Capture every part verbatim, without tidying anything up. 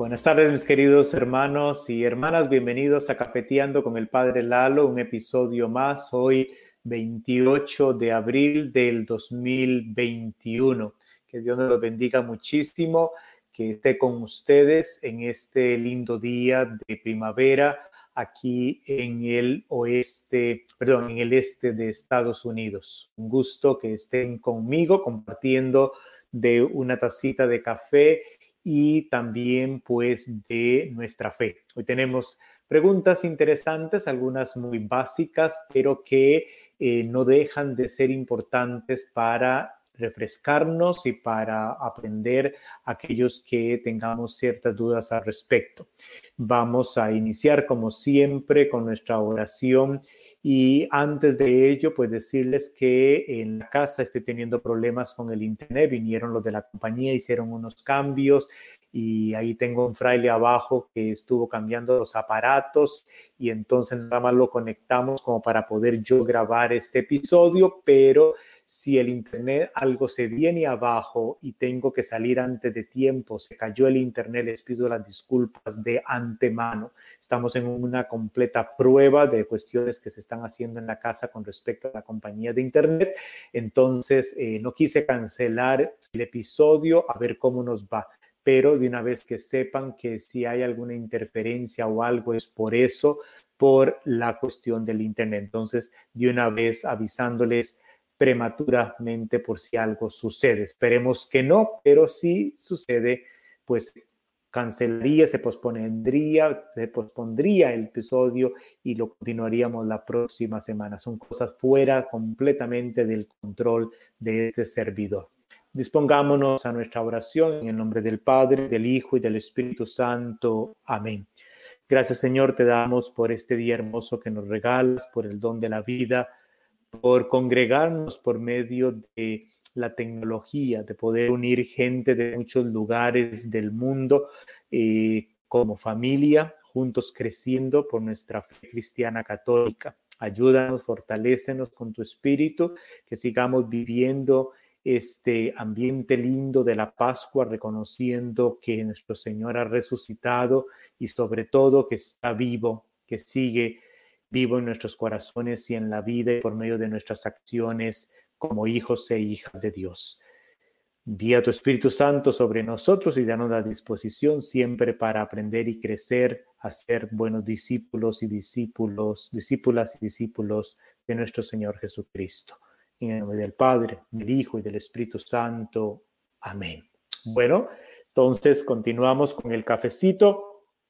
Buenas tardes, mis queridos hermanos y hermanas. Bienvenidos a Cafeteando con el Padre Lalo, un episodio más. Hoy, veintiocho de abril del dos mil veintiuno. Que Dios nos los bendiga muchísimo, que esté con ustedes en este lindo día de primavera aquí en el oeste, perdón, en el este de Estados Unidos. Un gusto que estén conmigo compartiendo de una tacita de café y también pues de nuestra fe. Hoy tenemos preguntas interesantes, algunas muy básicas, pero que eh, no dejan de ser importantes para refrescarnos y para aprender aquellos que tengamos ciertas dudas al respecto. Vamos a iniciar como siempre con nuestra oración y antes de ello pues decirles que en la casa estoy teniendo problemas con el internet. Vinieron los de la compañía, hicieron unos cambios y ahí tengo un fraile abajo que estuvo cambiando los aparatos y entonces nada más lo conectamos como para poder yo grabar este episodio, pero si el internet algo se viene abajo y tengo que salir antes de tiempo, se cayó el internet, les pido las disculpas de antemano. Estamos en una completa prueba de cuestiones que se están haciendo en la casa con respecto a la compañía de internet. Entonces, eh, no quise cancelar el episodio a ver cómo nos va. Pero de una vez que sepan que si hay alguna interferencia o algo es por eso, por la cuestión del internet. Entonces, de una vez avisándoles prematuramente por si algo sucede. Esperemos que no, pero si sucede, pues cancelaría, se pospondría, se pospondría el episodio y lo continuaríamos la próxima semana. Son cosas fuera completamente del control de este servidor. Dispongámonos a nuestra oración en el nombre del Padre, del Hijo y del Espíritu Santo. Amén. Gracias, Señor, te damos por este día hermoso que nos regalas, por el don de la vida, por congregarnos por medio de la tecnología, de poder unir gente de muchos lugares del mundo eh, como familia, juntos creciendo por nuestra fe cristiana católica. Ayúdanos, fortalécenos con tu espíritu, que sigamos viviendo este ambiente lindo de la Pascua, reconociendo que nuestro Señor ha resucitado y sobre todo que está vivo, que sigue vivo en nuestros corazones y en la vida y por medio de nuestras acciones como hijos e hijas de Dios. Envía tu Espíritu Santo sobre nosotros y danos la disposición siempre para aprender y crecer, a ser buenos discípulos y discípulos, discípulas y discípulos de nuestro Señor Jesucristo. En el nombre del Padre, del Hijo y del Espíritu Santo. Amén. Bueno, entonces continuamos con el cafecito.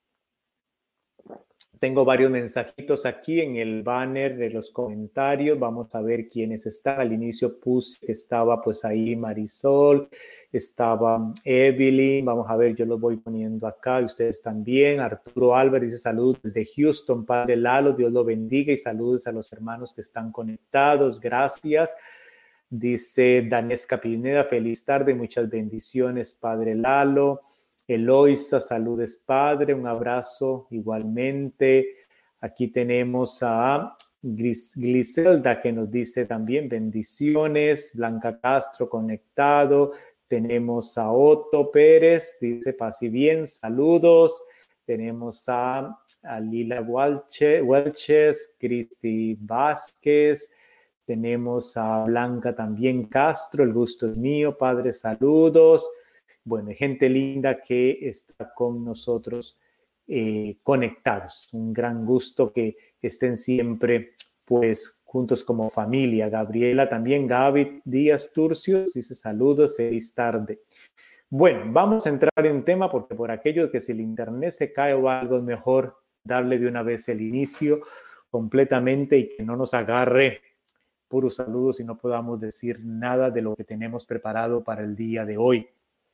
Tengo varios mensajitos aquí en el banner de los comentarios. Vamos a ver quiénes están. Al inicio puse que estaba pues ahí Marisol, estaba Evelyn. Vamos a ver, yo los voy poniendo acá y ustedes también. Arturo Álvarez dice saludos desde Houston, Padre Lalo, Dios lo bendiga y saludos a los hermanos que están conectados. Gracias. Dice Danesca Pineda, feliz tarde, muchas bendiciones, Padre Lalo. Eloisa, saludes, Padre, un abrazo igualmente. Aquí tenemos a Gris, Gliselda que nos dice también bendiciones. Blanca Castro conectado. Tenemos a Otto Pérez, dice paz y bien, saludos. Tenemos a, a Lila Welches, Welches, Cristi Vázquez. Tenemos a Blanca también Castro, el gusto es mío, Padre, saludos. Bueno, gente linda que está con nosotros eh, conectados. Un gran gusto que estén siempre pues juntos como familia. Gabriela también, Gaby Díaz Turcios, dice saludos, feliz tarde. Bueno, vamos a entrar en tema porque por aquello que si el internet se cae o algo es mejor darle de una vez el inicio completamente y que no nos agarre puros saludos y no podamos decir nada de lo que tenemos preparado para el día de hoy.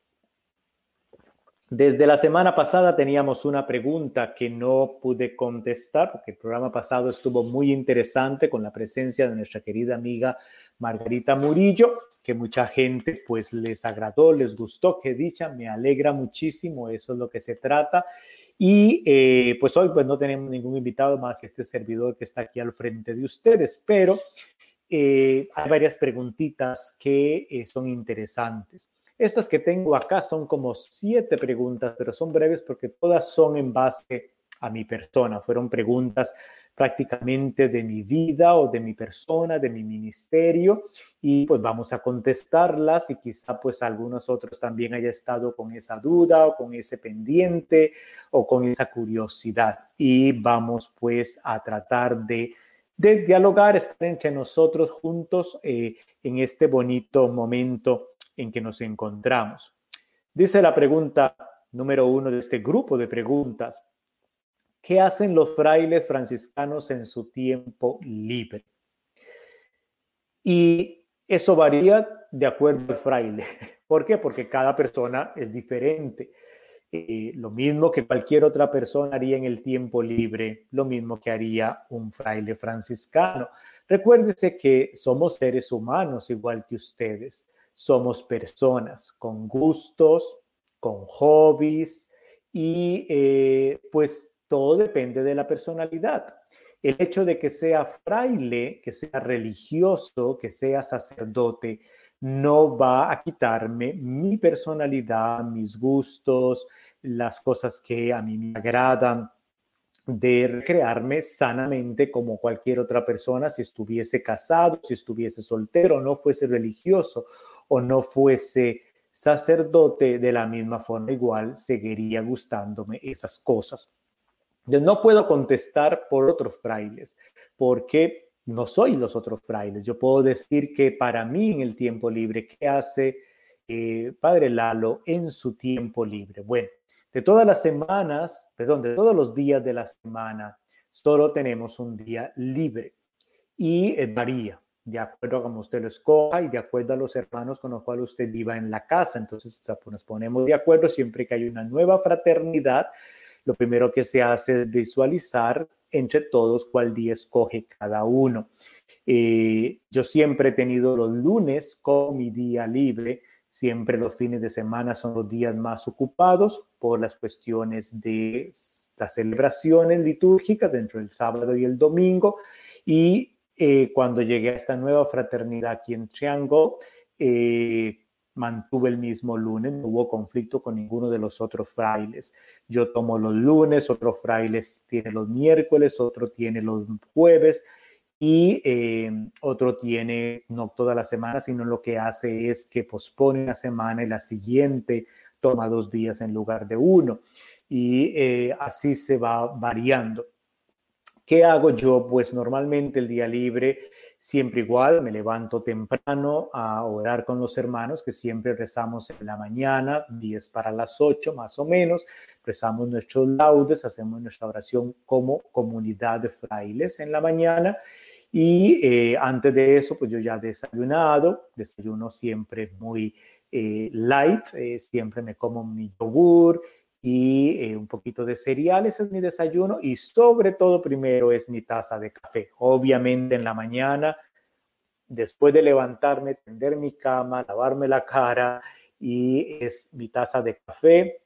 Desde la semana pasada teníamos una pregunta que no pude contestar porque el programa pasado estuvo muy interesante con la presencia de nuestra querida amiga Margarita Murillo, que mucha gente pues les agradó, les gustó, que dicha, me alegra muchísimo, eso es lo que se trata. Y eh, pues hoy pues no tenemos ningún invitado más que este servidor que está aquí al frente de ustedes, pero eh, hay varias preguntitas que eh, son interesantes. Estas que tengo acá son como siete preguntas, pero son breves porque todas son en base a mi persona. Fueron preguntas prácticamente de mi vida o de mi persona, de mi ministerio, y pues vamos a contestarlas y quizá pues algunos otros también haya estado con esa duda o con ese pendiente o con esa curiosidad. Y vamos pues a tratar de, de dialogar, estar entre nosotros juntos eh, en este bonito momento en que nos encontramos. Dice la pregunta número uno de este grupo de preguntas: ¿qué hacen los frailes franciscanos en su tiempo libre? Y eso varía de acuerdo al fraile. ¿Por qué? Porque cada persona es diferente. Eh, lo mismo que cualquier otra persona haría en el tiempo libre, lo mismo que haría un fraile franciscano. Recuérdese que somos seres humanos igual que ustedes. Somos personas con gustos, con hobbies y eh, pues todo depende de la personalidad. El hecho de que sea fraile, que sea religioso, que sea sacerdote, no va a quitarme mi personalidad, mis gustos, las cosas que a mí me agradan, de recrearme sanamente como cualquier otra persona si estuviese casado, si estuviese soltero, no fuese religioso o no fuese sacerdote. De la misma forma, igual seguiría gustándome esas cosas. Yo no puedo contestar por otros frailes porque no soy los otros frailes. Yo puedo decir que para mí en el tiempo libre, ¿qué hace eh, Padre Lalo en su tiempo libre? Bueno, de todas las semanas, perdón, de todos los días de la semana, solo tenemos un día libre y eh, varía de acuerdo a cómo usted lo escoja y de acuerdo a los hermanos con los cuales usted viva en la casa. Entonces nos ponemos de acuerdo siempre que hay una nueva fraternidad. Lo primero que se hace es visualizar entre todos cuál día escoge cada uno. Eh, yo siempre he tenido los lunes como mi día libre. Siempre los fines de semana son los días más ocupados por las cuestiones de las celebraciones litúrgicas dentro del sábado y el domingo. Y eh, cuando llegué a esta nueva fraternidad aquí en Triangle, eh, mantuve el mismo lunes, no hubo conflicto con ninguno de los otros frailes. Yo tomo los lunes, otro frailes tiene los miércoles, otro tiene los jueves y eh, otro tiene no toda la semana, sino lo que hace es que pospone una semana y la siguiente toma dos días en lugar de uno. Y eh, así se va variando. ¿Qué hago yo? Pues normalmente el día libre, siempre igual, me levanto temprano a orar con los hermanos, que siempre rezamos en la mañana, diez para las ocho más o menos, rezamos nuestros laudes, hacemos nuestra oración como comunidad de frailes en la mañana. Y eh, antes de eso, pues yo ya he desayunado, desayuno siempre muy eh, light, eh, siempre me como mi yogur y eh, un poquito de cereales, ese es mi desayuno, y sobre todo primero es mi taza de café. Obviamente en la mañana, después de levantarme, tender mi cama, lavarme la cara, y es mi taza de café.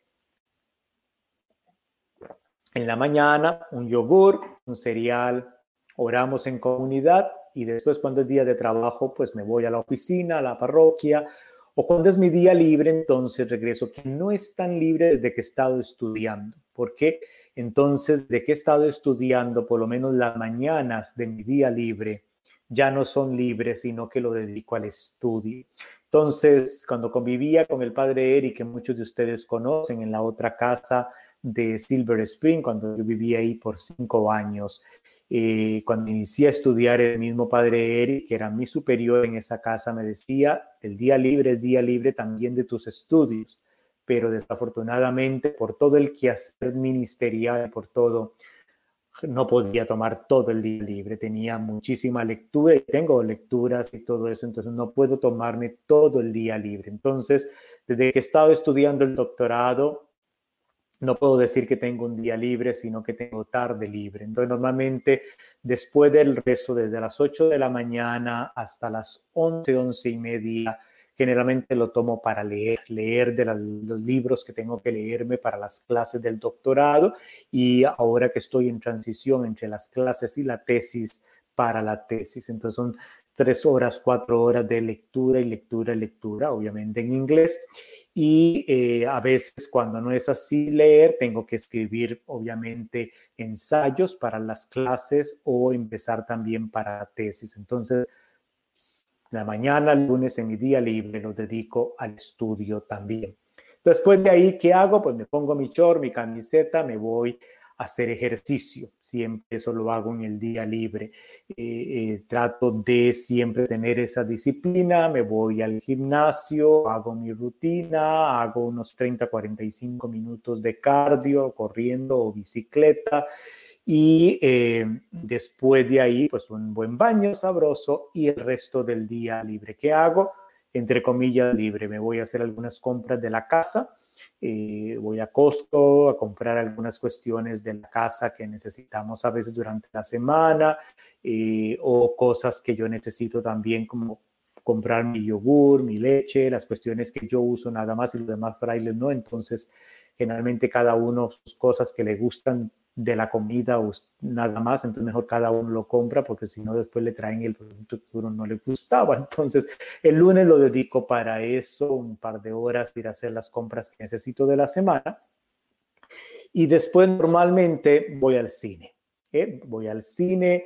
En la mañana, un yogur, un cereal, oramos en comunidad y después cuando es día de trabajo, pues me voy a la oficina, a la parroquia, o cuando es mi día libre, entonces regreso, que no es tan libre desde que he estado estudiando. ¿Por qué? Entonces, de que he estado estudiando, por lo menos las mañanas de mi día libre, ya no son libres, sino que lo dedico al estudio. Entonces, cuando convivía con el padre Eric, que muchos de ustedes conocen en la otra casa de Silver Spring, cuando yo vivía ahí por cinco años, eh, cuando inicié a estudiar, el mismo padre Eric, que era mi superior en esa casa, me decía, el día libre es día libre también de tus estudios, pero desafortunadamente por todo el quehacer ministerial, por todo, no podía tomar todo el día libre, tenía muchísima lectura y tengo lecturas y todo eso, entonces no puedo tomarme todo el día libre. Entonces, desde que he estado estudiando el doctorado, no puedo decir que tengo un día libre, sino que tengo tarde libre. Entonces, normalmente, después del rezo, desde las ocho de la mañana hasta las once, once y media, generalmente lo tomo para leer, leer de la, los libros que tengo que leerme para las clases del doctorado. Y ahora que estoy en transición entre las clases y la tesis, para la tesis. Entonces son tres horas, cuatro horas de lectura y lectura y lectura, obviamente en inglés. Y eh, a veces cuando no es así leer, tengo que escribir obviamente ensayos para las clases o empezar también para la tesis. Entonces, la mañana, el lunes en mi día libre lo dedico al estudio también. Después de ahí, ¿qué hago? Pues me pongo mi short, mi camiseta, me voy a hacer ejercicio. Siempre eso lo hago en el día libre. Eh, eh, trato de siempre tener esa disciplina. Me voy al gimnasio, hago mi rutina, hago unos treinta, cuarenta y cinco minutos de cardio, corriendo o bicicleta. Y eh, después de ahí, pues un buen baño sabroso y el resto del día libre. ¿Qué hago? Entre comillas, libre. Me voy a hacer algunas compras de la casa. Eh, voy a Costco a comprar algunas cuestiones de la casa que necesitamos a veces durante la semana eh, o cosas que yo necesito también como comprar mi yogur, mi leche, las cuestiones que yo uso nada más y los demás frailes no. Entonces, generalmente cada uno sus cosas que le gustan de la comida o nada más, entonces mejor cada uno lo compra porque si no después le traen el producto que a uno no le gustaba. Entonces el lunes lo dedico para eso, un par de horas, ir a hacer las compras que necesito de la semana y después normalmente voy al cine. ¿eh? Voy al cine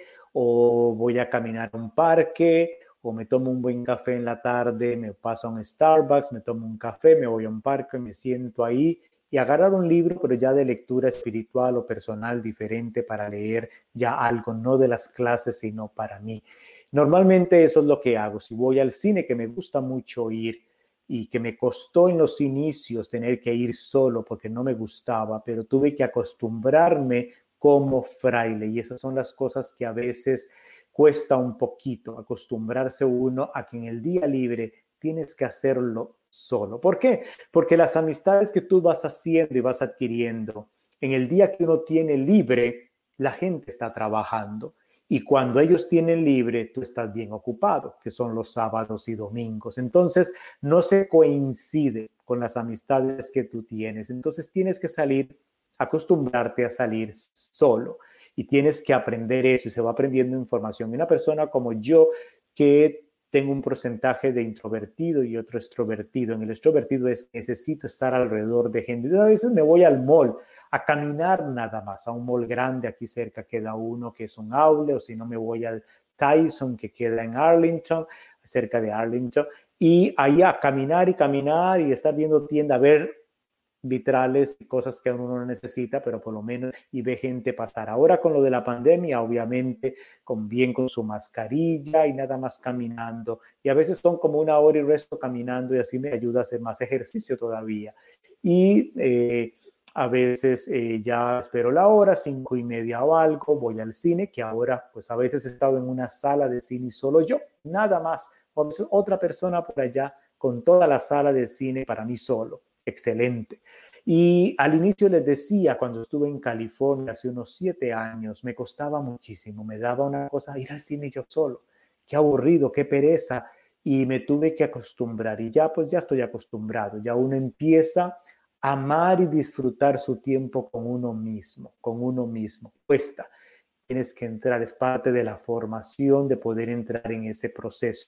o voy a caminar a un parque o me tomo un buen café en la tarde, me paso a un Starbucks, me tomo un café, me voy a un parque, me siento ahí y agarrar un libro, pero ya de lectura espiritual o personal diferente para leer ya algo, no de las clases, sino para mí. Normalmente eso es lo que hago. Si voy al cine, que me gusta mucho ir y que me costó en los inicios tener que ir solo porque no me gustaba, pero tuve que acostumbrarme como fraile y esas son las cosas que a veces cuesta un poquito, acostumbrarse uno a que en el día libre tienes que hacerlo solo. ¿Por qué? Porque las amistades que tú vas haciendo y vas adquiriendo, en el día que uno tiene libre, la gente está trabajando. Y cuando ellos tienen libre, tú estás bien ocupado, que son los sábados y domingos. Entonces, no se coincide con las amistades que tú tienes. Entonces, tienes que salir, acostumbrarte a salir solo. Y tienes que aprender eso y se va aprendiendo información. Y una persona como yo, que tengo un porcentaje de introvertido y otro extrovertido. En el extrovertido es necesito estar alrededor de gente. Yo a veces me voy al mall a caminar nada más, a un mall grande aquí cerca queda uno que es un outlet, o si no me voy al Tyson que queda en Arlington, cerca de Arlington, y ahí a caminar y caminar y estar viendo tienda, a ver vitrales y cosas que uno no necesita, pero por lo menos y ve gente pasar. Ahora con lo de la pandemia, obviamente, con bien con su mascarilla y nada más caminando. Y a veces son como una hora y resto caminando y así me ayuda a hacer más ejercicio todavía. Y eh, a veces eh, ya espero la hora, cinco y media o algo, voy al cine, que ahora pues a veces he estado en una sala de cine y solo yo, nada más. O a veces otra persona por allá con toda la sala de cine para mí solo. Excelente. Y al inicio les decía, cuando estuve en California hace unos siete años, me costaba muchísimo, me daba una cosa ir al cine yo solo. Qué aburrido, qué pereza. Y me tuve que acostumbrar y ya pues ya estoy acostumbrado. Ya uno empieza a amar y disfrutar su tiempo con uno mismo, con uno mismo. Cuesta. Tienes que entrar, es parte de la formación de poder entrar en ese proceso.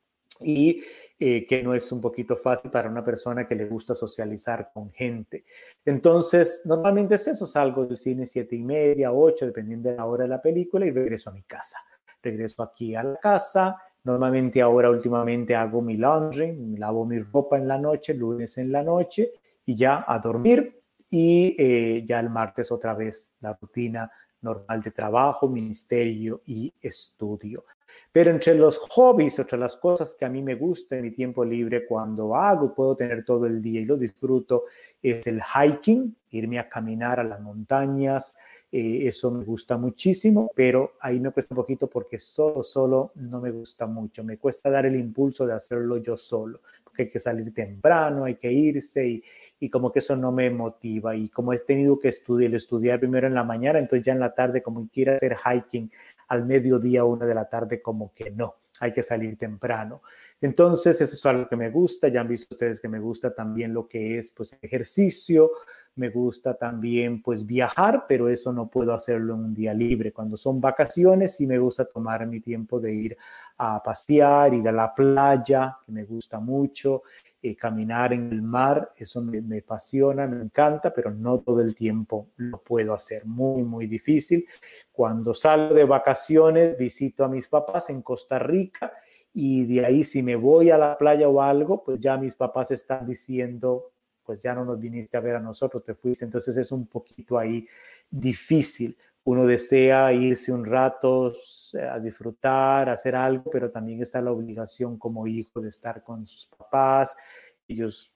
Y eh, que no es un poquito fácil para una persona que le gusta socializar con gente. Entonces, normalmente es eso, salgo del cine siete y media, ocho, dependiendo de la hora de la película y regreso a mi casa. Regreso aquí a la casa. Normalmente ahora últimamente hago mi laundry, lavo mi ropa en la noche, lunes en la noche y ya a dormir. Y eh, ya el martes otra vez la rutina normal de trabajo, ministerio y estudio. Pero entre los hobbies, entre las cosas que a mí me gusta en mi tiempo libre cuando hago, puedo tener todo el día y lo disfruto, es el hiking, irme a caminar a las montañas, eh, eso me gusta muchísimo, pero ahí me cuesta un poquito porque solo, solo no me gusta mucho, me cuesta dar el impulso de hacerlo yo solo, porque hay que salir temprano, hay que irse y, y como que eso no me motiva y como he tenido que estudiar, estudiar primero en la mañana, entonces ya en la tarde como quiera hacer hiking al mediodía o una de la tarde como que no, hay que salir temprano. Entonces eso es algo que me gusta, ya han visto ustedes que me gusta también lo que es pues ejercicio, me gusta también pues viajar, pero eso no puedo hacerlo en un día libre. Cuando son vacaciones sí me gusta tomar mi tiempo de ir a pasear, ir a la playa, que me gusta mucho, eh, caminar en el mar, eso me, me apasiona, me encanta, pero no todo el tiempo lo puedo hacer, muy, muy difícil. Cuando salgo de vacaciones visito a mis papás en Costa Rica y de ahí si me voy a la playa o algo, pues ya mis papás están diciendo, pues ya no nos viniste a ver a nosotros, te fuiste. Entonces es un poquito ahí difícil. Uno desea irse un rato a disfrutar, a hacer algo, pero también está la obligación como hijo de estar con sus papás. Ellos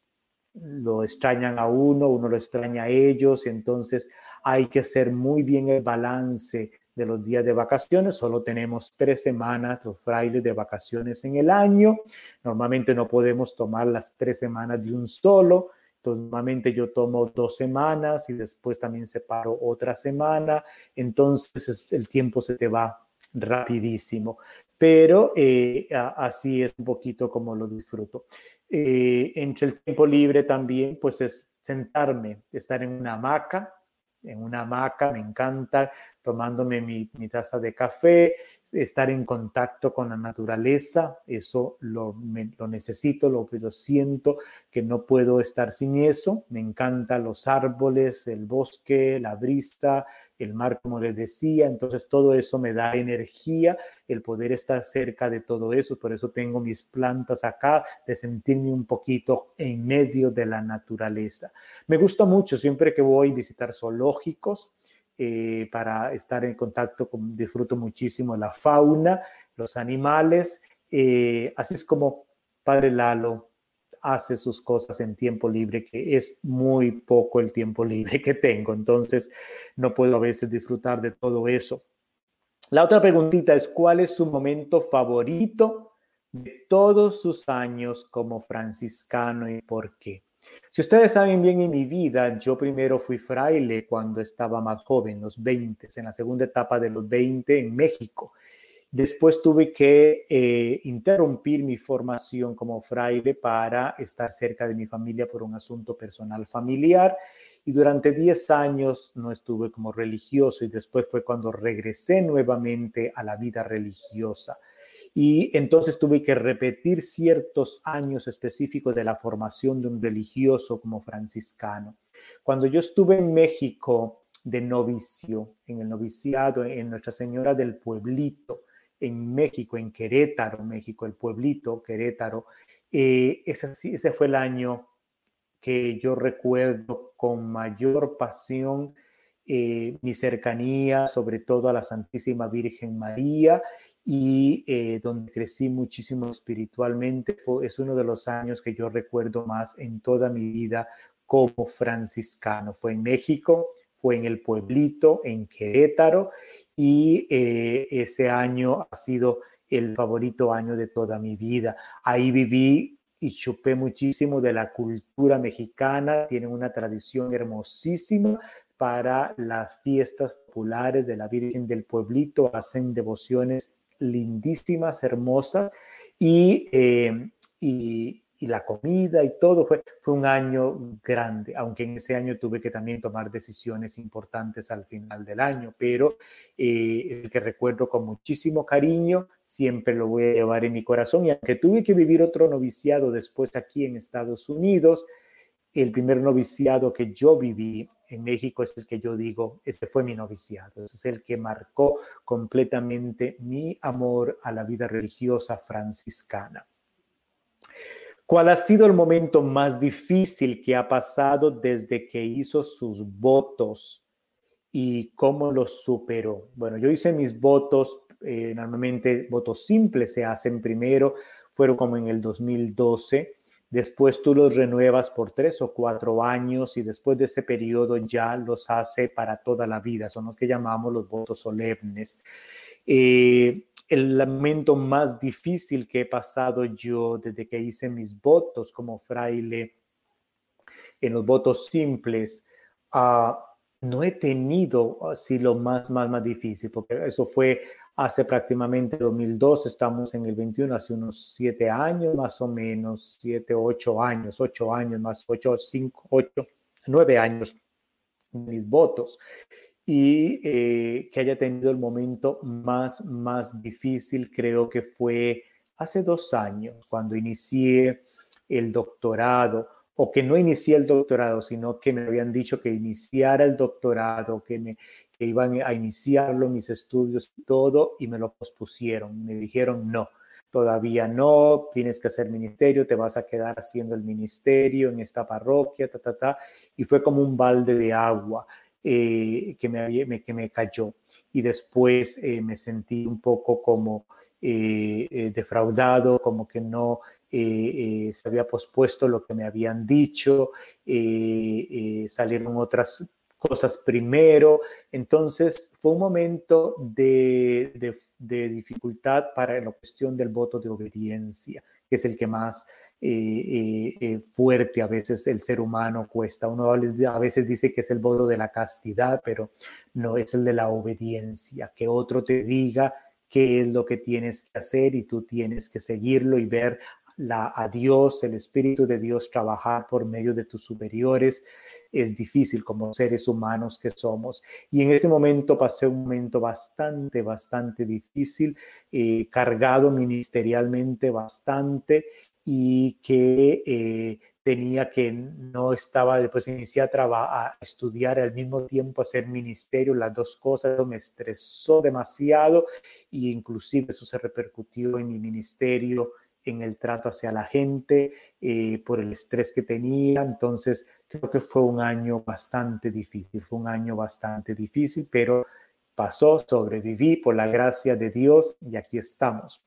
lo extrañan a uno, uno lo extraña a ellos, y entonces hay que hacer muy bien el balance de los días de vacaciones. Solo tenemos tres semanas los frailes de vacaciones en el año. Normalmente no podemos tomar las tres semanas de un solo. Entonces, normalmente yo tomo dos semanas y después también separo otra semana. Entonces el tiempo se te va rapidísimo. Pero eh, así es un poquito como lo disfruto. Eh, entre el tiempo libre también, pues es sentarme, estar en una hamaca, en una hamaca, me encanta, tomándome mi, mi taza de café, estar en contacto con la naturaleza, eso lo, me, lo necesito, lo, lo siento, que no puedo estar sin eso. Me encantan los árboles, el bosque, la brisa, el mar, como les decía. Entonces todo eso me da energía, el poder estar cerca de todo eso. Por eso tengo mis plantas acá, de sentirme un poquito en medio de la naturaleza. Me gusta mucho siempre que voy a visitar zoológicos, eh, para estar en contacto con, disfruto muchísimo la fauna, los animales. Eh, así es como Padre Lalo hace sus cosas en tiempo libre, que es muy poco el tiempo libre que tengo, entonces no puedo a veces disfrutar de todo eso. La otra preguntita es, ¿cuál es su momento favorito de todos sus años como franciscano y por qué? Si ustedes saben bien, en mi vida, yo primero fui fraile cuando estaba más joven, los veinte, en la segunda etapa de los veinte en México. Después tuve que eh, interrumpir mi formación como fraile para estar cerca de mi familia por un asunto personal familiar, y durante diez años no estuve como religioso, y después fue cuando regresé nuevamente a la vida religiosa. Y entonces tuve que repetir ciertos años específicos de la formación de un religioso como franciscano. Cuando yo estuve en México de novicio, en el noviciado, en Nuestra Señora del Pueblito, en México, en Querétaro, México, el pueblito Querétaro, eh, ese, ese fue el año que yo recuerdo con mayor pasión, eh, mi cercanía, sobre todo a la Santísima Virgen María, y eh, donde crecí muchísimo espiritualmente. Fue, es uno de los años que yo recuerdo más en toda mi vida como franciscano. Fue en México, fue en el pueblito, en Querétaro, y eh, ese año ha sido el favorito año de toda mi vida. Ahí viví y chupé muchísimo de la cultura mexicana. Tienen una tradición hermosísima para las fiestas populares de la Virgen del Pueblito. Hacen devociones lindísimas, hermosas, y, eh, y, y la comida y todo. Fue, fue un año grande, aunque en ese año tuve que también tomar decisiones importantes al final del año, pero eh, el que recuerdo con muchísimo cariño, siempre lo voy a llevar en mi corazón. Y aunque tuve que vivir otro noviciado después aquí en Estados Unidos, el primer noviciado que yo viví en México es el que yo digo, este fue mi noviciado. Ese es el que marcó completamente mi amor a la vida religiosa franciscana. ¿Cuál ha sido el momento más difícil que ha pasado desde que hizo sus votos y cómo los superó? Bueno, yo hice mis votos, eh, normalmente votos simples se hacen primero, fueron como en el dos mil doce. Después tú los renuevas por tres o cuatro años, y después de ese periodo ya los hace para toda la vida. Son los que llamamos los votos solemnes. Eh, el momento más difícil que he pasado yo desde que hice mis votos como fraile en los votos simples, uh, no he tenido así lo más, más, más difícil, porque eso fue hace prácticamente dos mil dos, estamos en el veintiuno, hace unos siete años más o menos, siete, ocho años, ocho años más, ocho, cinco, ocho, nueve años. mis votos. Y eh, que haya tenido el momento más, más difícil, creo que fue hace dos años, cuando inicié el doctorado, o que no inicié el doctorado, sino que me habían dicho que iniciara el doctorado, que, me, que iban a iniciarlo, mis estudios y todo, y me lo pospusieron. Me dijeron, no, todavía no, tienes que hacer ministerio, te vas a quedar haciendo el ministerio en esta parroquia, ta, ta, ta. Y fue como un balde de agua. Eh, que, me, que me cayó, y después eh, me sentí un poco como eh, eh, defraudado, como que no eh, eh, se había pospuesto lo que me habían dicho, eh, eh, salieron otras cosas primero. Entonces fue un momento de, de, de dificultad para la cuestión del voto de obediencia, que es el que más eh, eh, fuerte a veces el ser humano cuesta. Uno a veces dice que es el voto de la castidad, pero no, es el de la obediencia, que otro te diga qué es lo que tienes que hacer y tú tienes que seguirlo y ver la, a Dios, el Espíritu de Dios trabajar por medio de tus superiores. Es difícil como seres humanos que somos. Y en ese momento pasé un momento bastante, bastante difícil, eh, cargado ministerialmente bastante, y que eh, tenía que, no estaba, después inicié a, a estudiar al mismo tiempo, hacer ministerio, las dos cosas, me estresó demasiado, e inclusive eso se repercutió en mi ministerio, en el trato hacia la gente, eh, por el estrés que tenía. Entonces creo que fue un año bastante difícil, fue un año bastante difícil, pero pasó, sobreviví por la gracia de Dios y aquí estamos.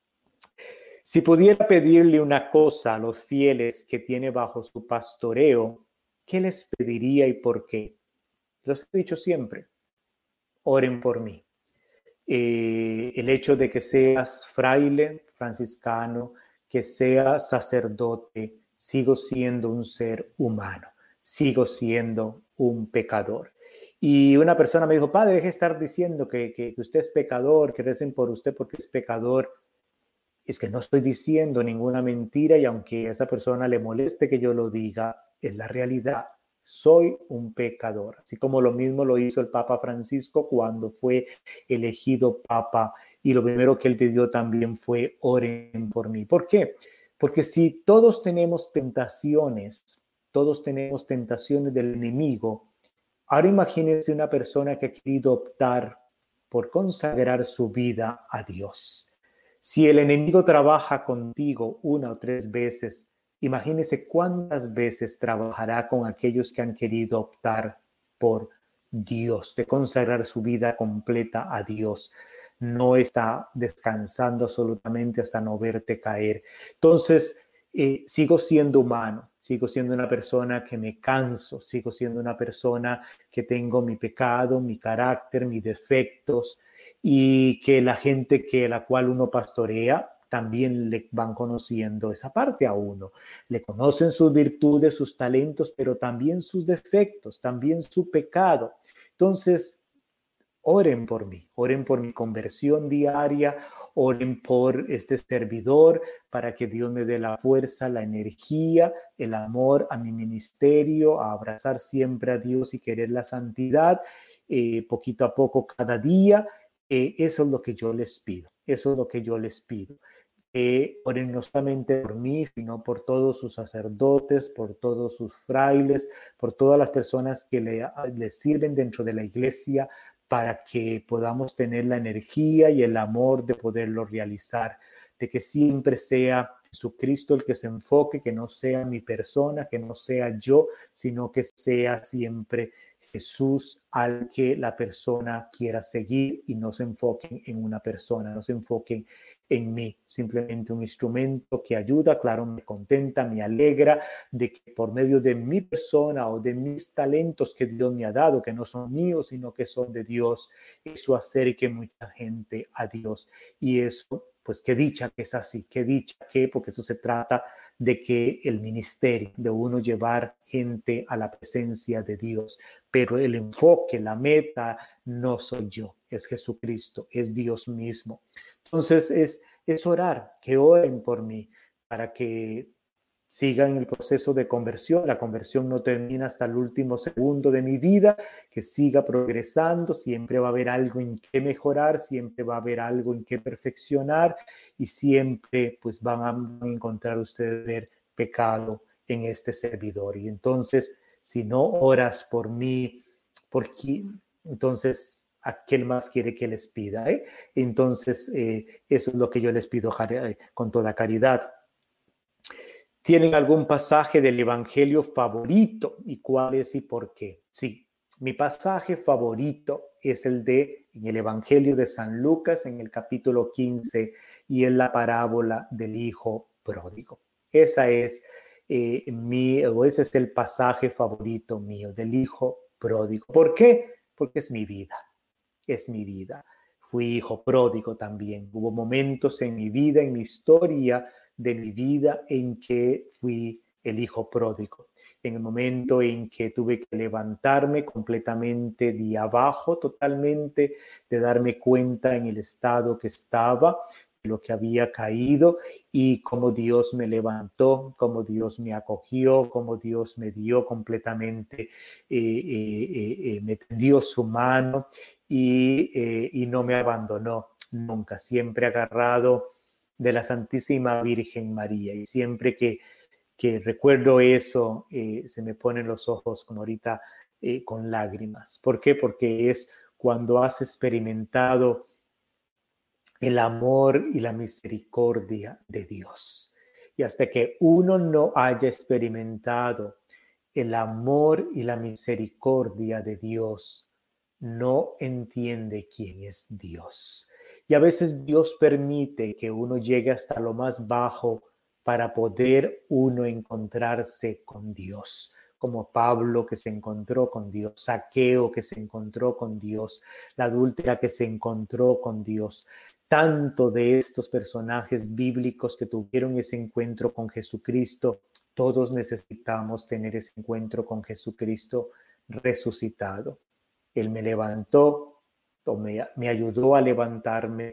Si pudiera pedirle una cosa a los fieles que tiene bajo su pastoreo, ¿qué les pediría y por qué? Los he dicho siempre, oren por mí. Eh, el hecho de que seas fraile, franciscano, que seas sacerdote, sigo siendo un ser humano, sigo siendo un pecador. Y una persona me dijo, padre, deje de estar diciendo que, que, que usted es pecador, que recen por usted porque es pecador. Es que no estoy diciendo ninguna mentira, y aunque a esa persona le moleste que yo lo diga, es la realidad. Soy un pecador, así como lo mismo lo hizo el Papa Francisco cuando fue elegido Papa, y lo primero que él pidió también fue oren por mí. ¿Por qué? Porque si todos tenemos tentaciones, todos tenemos tentaciones del enemigo, ahora imagínense una persona que ha querido optar por consagrar su vida a Dios. Si el enemigo trabaja contigo una o tres veces, imagínese cuántas veces trabajará con aquellos que han querido optar por Dios, de consagrar su vida completa a Dios. No está descansando absolutamente hasta no verte caer. Entonces, eh, sigo siendo humano, sigo siendo una persona que me canso, sigo siendo una persona que tengo mi pecado, mi carácter, mis defectos, y que la gente que la cual uno pastorea también le van conociendo esa parte a uno. Le conocen sus virtudes, sus talentos, pero también sus defectos, también su pecado. Entonces, oren por mí, oren por mi conversión diaria, oren por este servidor para que Dios me dé la fuerza, la energía, el amor a mi ministerio, a abrazar siempre a Dios y querer la santidad, eh, poquito a poco cada día. Eh, eso es lo que yo les pido, eso es lo que yo les pido. Eh, oren no solamente por mí, sino por todos sus sacerdotes, por todos sus frailes, por todas las personas que le, le sirven dentro de la iglesia, para que podamos tener la energía y el amor de poderlo realizar, de que siempre sea Jesucristo el que se enfoque, que no sea mi persona, que no sea yo, sino que sea siempre Jesús al que la persona quiera seguir, y no se enfoquen en una persona, no se enfoquen en mí, simplemente un instrumento que ayuda, claro, me contenta, me alegra de que por medio de mi persona o de mis talentos que Dios me ha dado, que no son míos, sino que son de Dios, eso acerque mucha gente a Dios. Y eso, pues qué dicha que es así, qué dicha que, porque eso se trata de que el ministerio, de uno llevar gente a la presencia de Dios, pero el enfoque, la meta, no soy yo, es Jesucristo, es Dios mismo. Entonces es, es orar, que oren por mí, para que siga en el proceso de conversión. La conversión no termina hasta el último segundo de mi vida, que siga progresando. Siempre va a haber algo en que mejorar, siempre va a haber algo en que perfeccionar y siempre pues van a encontrar ustedes ver pecado en este servidor. Y entonces, si no oras por mí, ¿por quién? Entonces, ¿a quién más quiere que les pida? ¿eh? Entonces, eh, eso es lo que yo les pido con toda caridad. ¿Tienen algún pasaje del Evangelio favorito? ¿Y cuál es y por qué? Sí, mi pasaje favorito es el de en el Evangelio de San Lucas, en el capítulo quince, y en la parábola del hijo pródigo. Esa es eh, mi, o ese es el pasaje favorito mío, del hijo pródigo. ¿Por qué? Porque es mi vida, es mi vida. Fui hijo pródigo también. Hubo momentos en mi vida, en mi historia de mi vida, en que fui el hijo pródigo. En el momento en que tuve que levantarme completamente de abajo, totalmente, de darme cuenta en el estado que estaba, lo que había caído y cómo Dios me levantó, cómo Dios me acogió, cómo Dios me dio completamente, eh, eh, eh, me tendió su mano y, eh, y no me abandonó nunca, siempre agarrado de la Santísima Virgen María. Y siempre que, que recuerdo eso, eh, se me ponen los ojos como ahorita eh, con lágrimas. ¿Por qué? Porque es cuando has experimentado el amor y la misericordia de Dios. Y hasta que uno no haya experimentado el amor y la misericordia de Dios, no entiende quién es Dios. Y a veces Dios permite que uno llegue hasta lo más bajo para poder uno encontrarse con Dios, como Pablo que se encontró con Dios, Zaqueo que se encontró con Dios, la adúltera que se encontró con Dios. Tanto de estos personajes bíblicos que tuvieron ese encuentro con Jesucristo, todos necesitamos tener ese encuentro con Jesucristo resucitado. Él me levantó, me, me ayudó a levantarme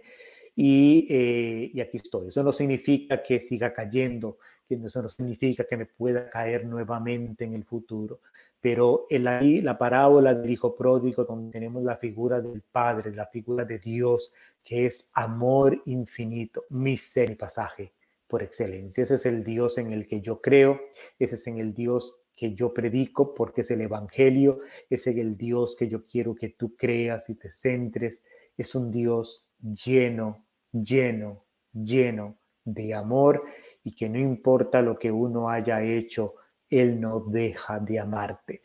y, eh, y aquí estoy. Eso no significa que siga cayendo, eso no significa que me pueda caer nuevamente en el futuro, pero el, ahí la parábola del hijo pródigo, donde tenemos la figura del Padre, la figura de Dios, que es amor infinito, mi ser y pasaje por excelencia. Ese es el Dios en el que yo creo, ese es en el Dios que yo predico, porque es el Evangelio, ese es el Dios que yo quiero que tú creas y te centres. Es un Dios lleno, lleno, lleno de amor, y que no importa lo que uno haya hecho, Él no deja de amarte.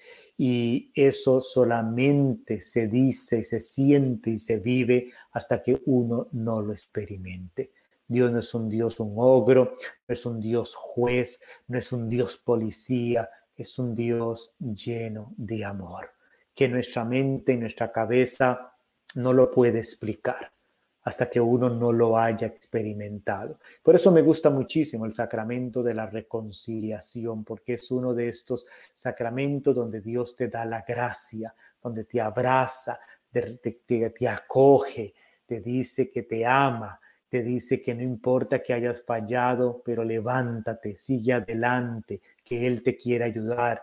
Y eso solamente se dice, se siente y se vive hasta que uno no lo experimente. Dios no es un Dios, un ogro, no es un Dios juez, no es un Dios policía, es un Dios lleno de amor, que nuestra mente y nuestra cabeza no lo puede explicar hasta que uno no lo haya experimentado. Por eso me gusta muchísimo el sacramento de la reconciliación, porque es uno de estos sacramentos donde Dios te da la gracia, donde te abraza, te, te, te acoge, te dice que te ama, te dice que no importa que hayas fallado, pero levántate, sigue adelante, que Él te quiere ayudar.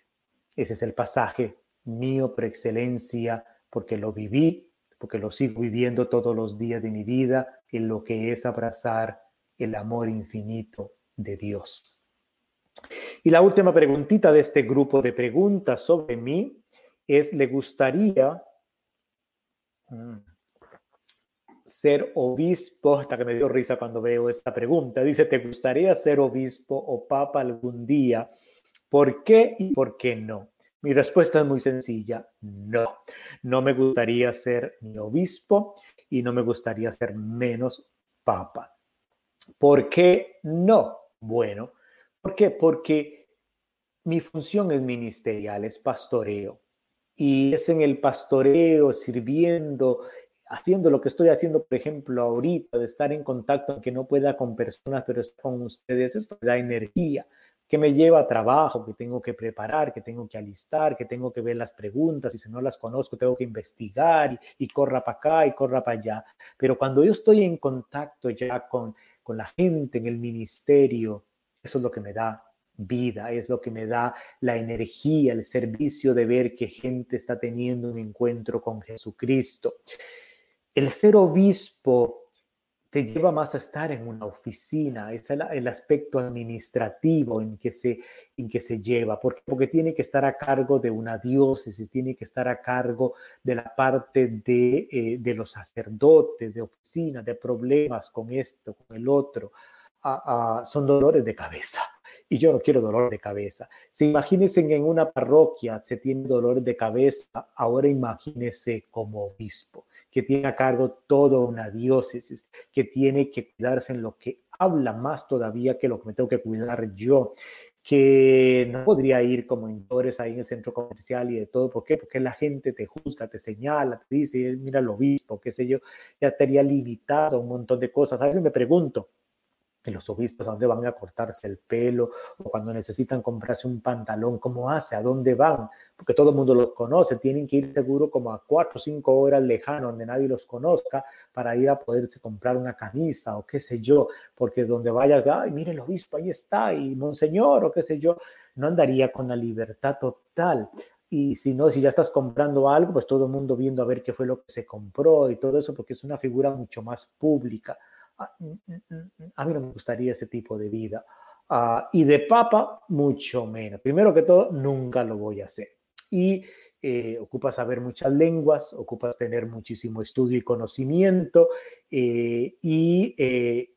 Ese es el pasaje mío por excelencia, porque lo viví, porque lo sigo viviendo todos los días de mi vida, en lo que es abrazar el amor infinito de Dios. Y la última preguntita de este grupo de preguntas sobre mí es: ¿le gustaría mm, ser obispo? Hasta que me dio risa cuando veo esta pregunta. Dice: ¿te gustaría ser obispo o papa algún día? ¿Por qué y por qué no? Mi respuesta es muy sencilla: no. No me gustaría ser ni obispo y no me gustaría ser menos papa. ¿Por qué no? Bueno, ¿por qué? Porque mi función es ministerial, es pastoreo. Y es en el pastoreo, sirviendo, haciendo lo que estoy haciendo, por ejemplo, ahorita, de estar en contacto, aunque no pueda con personas, pero estar con ustedes, esto me da energía, que me lleva a trabajo, que tengo que preparar, que tengo que alistar, que tengo que ver las preguntas, y si no las conozco, tengo que investigar, y, y corra para acá y corra para allá. Pero cuando yo estoy en contacto ya con, con la gente en el ministerio, eso es lo que me da vida, es lo que me da la energía, el servicio de ver que gente está teniendo un encuentro con Jesucristo. El ser obispo te lleva más a estar en una oficina, es el, el aspecto administrativo en que, se, en que se lleva, porque, porque tiene que estar a cargo de una diócesis, tiene que estar a cargo de la parte de, eh, de los sacerdotes, de oficina, de problemas con esto, con el otro. Uh, uh, son dolores de cabeza y yo no quiero dolor de cabeza. Si imagínense en una parroquia se tiene dolor de cabeza, ahora imagínense como obispo, que tiene a cargo toda una diócesis, que tiene que cuidarse en lo que habla más todavía que lo que me tengo que cuidar yo, que no podría ir como en Torres ahí en el centro comercial y de todo. ¿Por qué? Porque la gente te juzga, te señala, te dice, mira el obispo, qué sé yo, ya estaría limitado a un montón de cosas. A veces me pregunto, ¿y los obispos a dónde van a cortarse el pelo? O cuando necesitan comprarse un pantalón, ¿cómo hace? ¿A dónde van? Porque todo el mundo los conoce, tienen que ir seguro como a cuatro o cinco horas lejano donde nadie los conozca para ir a poderse comprar una camisa o qué sé yo, porque donde vaya, ay, mire el obispo, ahí está, y monseñor o qué sé yo, no andaría con la libertad total. Y si no, si ya estás comprando algo, pues todo el mundo viendo a ver qué fue lo que se compró y todo eso, porque es una figura mucho más pública. A mí no me gustaría ese tipo de vida. Uh, y de papa, mucho menos. Primero que todo, nunca lo voy a hacer. Y eh, ocupas saber muchas lenguas, ocupas tener muchísimo estudio y conocimiento. Eh, y eh,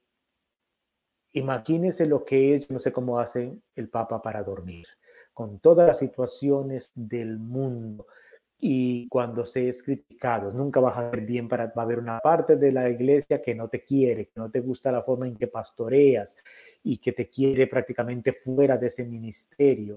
imagínense lo que es, no sé cómo hacen el papa para dormir, con todas las situaciones del mundo. Y cuando se es criticado, nunca vas a ver bien, para, va a haber una parte de la iglesia que no te quiere, que no te gusta la forma en que pastoreas y que te quiere prácticamente fuera de ese ministerio.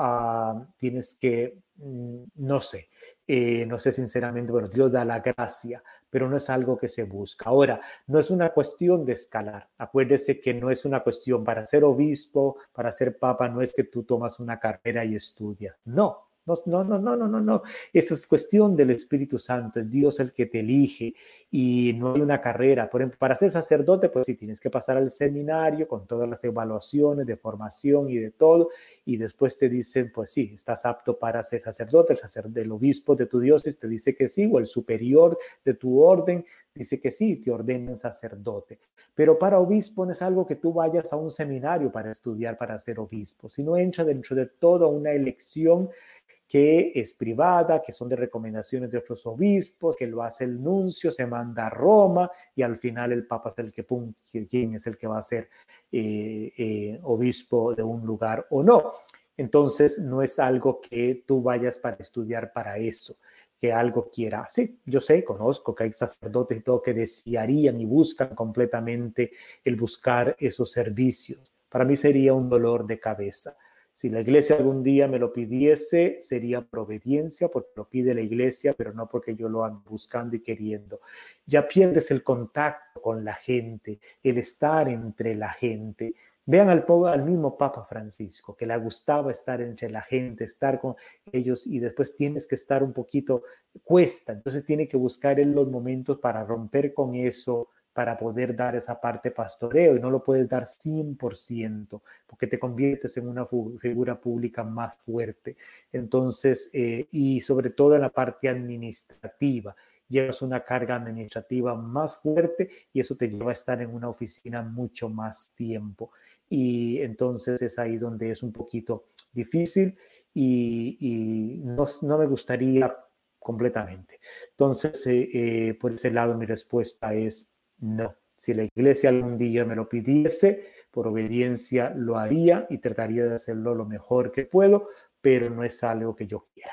Uh, tienes que, mm, no sé, eh, no sé sinceramente, bueno, Dios da la gracia, pero no es algo que se busca. Ahora, no es una cuestión de escalar. Acuérdese que no es una cuestión para ser obispo, para ser papa, no es que tú tomas una carrera y estudias. No. No, no, no, no, no, no. Esa es cuestión del Espíritu Santo, es Dios el que te elige y no hay una carrera. Por ejemplo, para ser sacerdote, pues sí, tienes que pasar al seminario con todas las evaluaciones de formación y de todo, y después te dicen, pues sí, estás apto para ser sacerdote, el sacerdote, el obispo de tu diócesis te dice que sí, o el superior de tu orden dice que sí, te ordenan sacerdote. Pero para obispo no es algo que tú vayas a un seminario para estudiar para ser obispo, sino entra dentro de toda una elección que es privada, que son de recomendaciones de otros obispos, que lo hace el nuncio, se manda a Roma y al final el papa es el que, pum, quién es el que va a ser eh, eh, obispo de un lugar o no. Entonces no es algo que tú vayas para estudiar para eso, que algo quiera. Sí, yo sé, conozco que hay sacerdotes y todo que desearían y buscan completamente el buscar esos servicios. Para mí sería un dolor de cabeza. Si la iglesia algún día me lo pidiese, sería por obediencia, porque lo pide la iglesia, pero no porque yo lo ando buscando y queriendo. Ya pierdes el contacto con la gente, el estar entre la gente. Vean al, al mismo Papa Francisco, que le gustaba estar entre la gente, estar con ellos, y después tienes que estar un poquito, cuesta, entonces tiene que buscar en los momentos para romper con eso, para poder dar esa parte pastoreo, y no lo puedes dar cien por ciento porque te conviertes en una figura pública más fuerte. Entonces, eh, y sobre todo en la parte administrativa, llevas una carga administrativa más fuerte y eso te lleva a estar en una oficina mucho más tiempo. Y entonces es ahí donde es un poquito difícil y, y no, no me gustaría completamente. Entonces, eh, eh, por ese lado mi respuesta es no. Si la iglesia algún día me lo pidiese, por obediencia lo haría y trataría de hacerlo lo mejor que puedo, pero no es algo que yo quiera.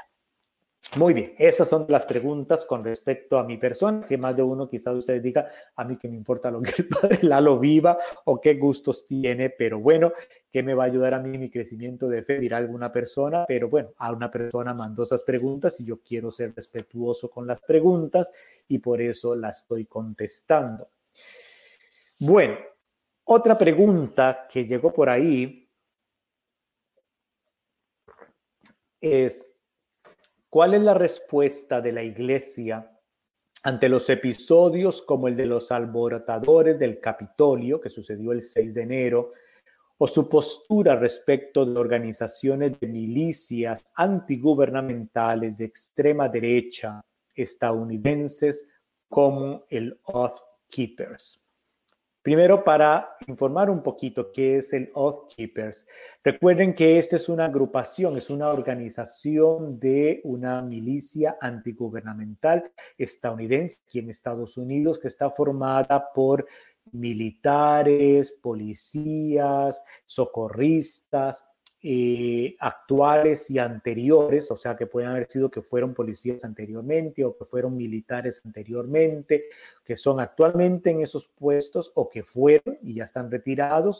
Muy bien, esas son las preguntas con respecto a mi persona, que más de uno quizás usted diga, a mí que me importa lo que el padre Lalo viva o qué gustos tiene, pero bueno, ¿qué me va a ayudar a mí en mi crecimiento de fe? Dirá alguna persona, pero bueno, a una persona mandó esas preguntas y yo quiero ser respetuoso con las preguntas y por eso las estoy contestando. Bueno, otra pregunta que llegó por ahí es, ¿cuál es la respuesta de la iglesia ante los episodios como el de los alborotadores del Capitolio, que sucedió el seis de enero, o su postura respecto de organizaciones de milicias antigubernamentales de extrema derecha estadounidenses como el Oath Keepers. Primero, para informar un poquito qué es el Oath Keepers. Recuerden que esta es una agrupación, es una organización de una milicia antigubernamental estadounidense aquí en Estados Unidos que está formada por militares, policías, socorristas, Eh, actuales y anteriores, o sea que pueden haber sido que fueron policías anteriormente o que fueron militares anteriormente, que son actualmente en esos puestos o que fueron y ya están retirados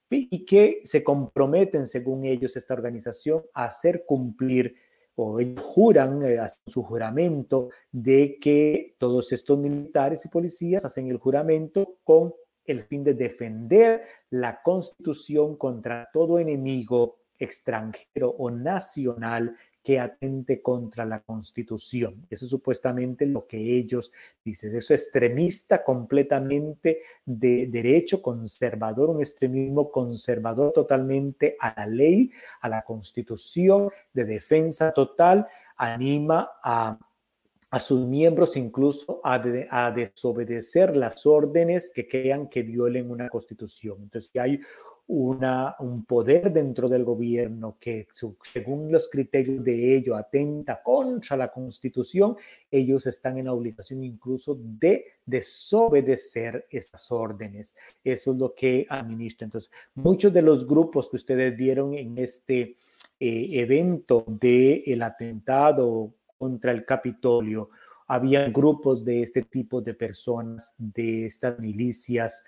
y que se comprometen, según ellos, esta organización, a hacer cumplir o ellos juran, eh, hacen su juramento de que todos estos militares y policías hacen el juramento con el fin de defender la Constitución contra todo enemigo extranjero o nacional que atente contra la Constitución. Eso es supuestamente lo que ellos dicen. Eso es extremista completamente de derecho conservador, un extremismo conservador totalmente a la ley, a la Constitución, de defensa total, anima a a sus miembros incluso a, de, a desobedecer las órdenes que crean que violen una constitución. Entonces, si hay una, un poder dentro del gobierno que, según los criterios de ello, atenta contra la constitución, ellos están en la obligación incluso de desobedecer esas órdenes. Eso es lo que administra. Entonces, muchos de los grupos que ustedes vieron en este eh, evento del atentado contra el Capitolio, había grupos de este tipo de personas, de estas milicias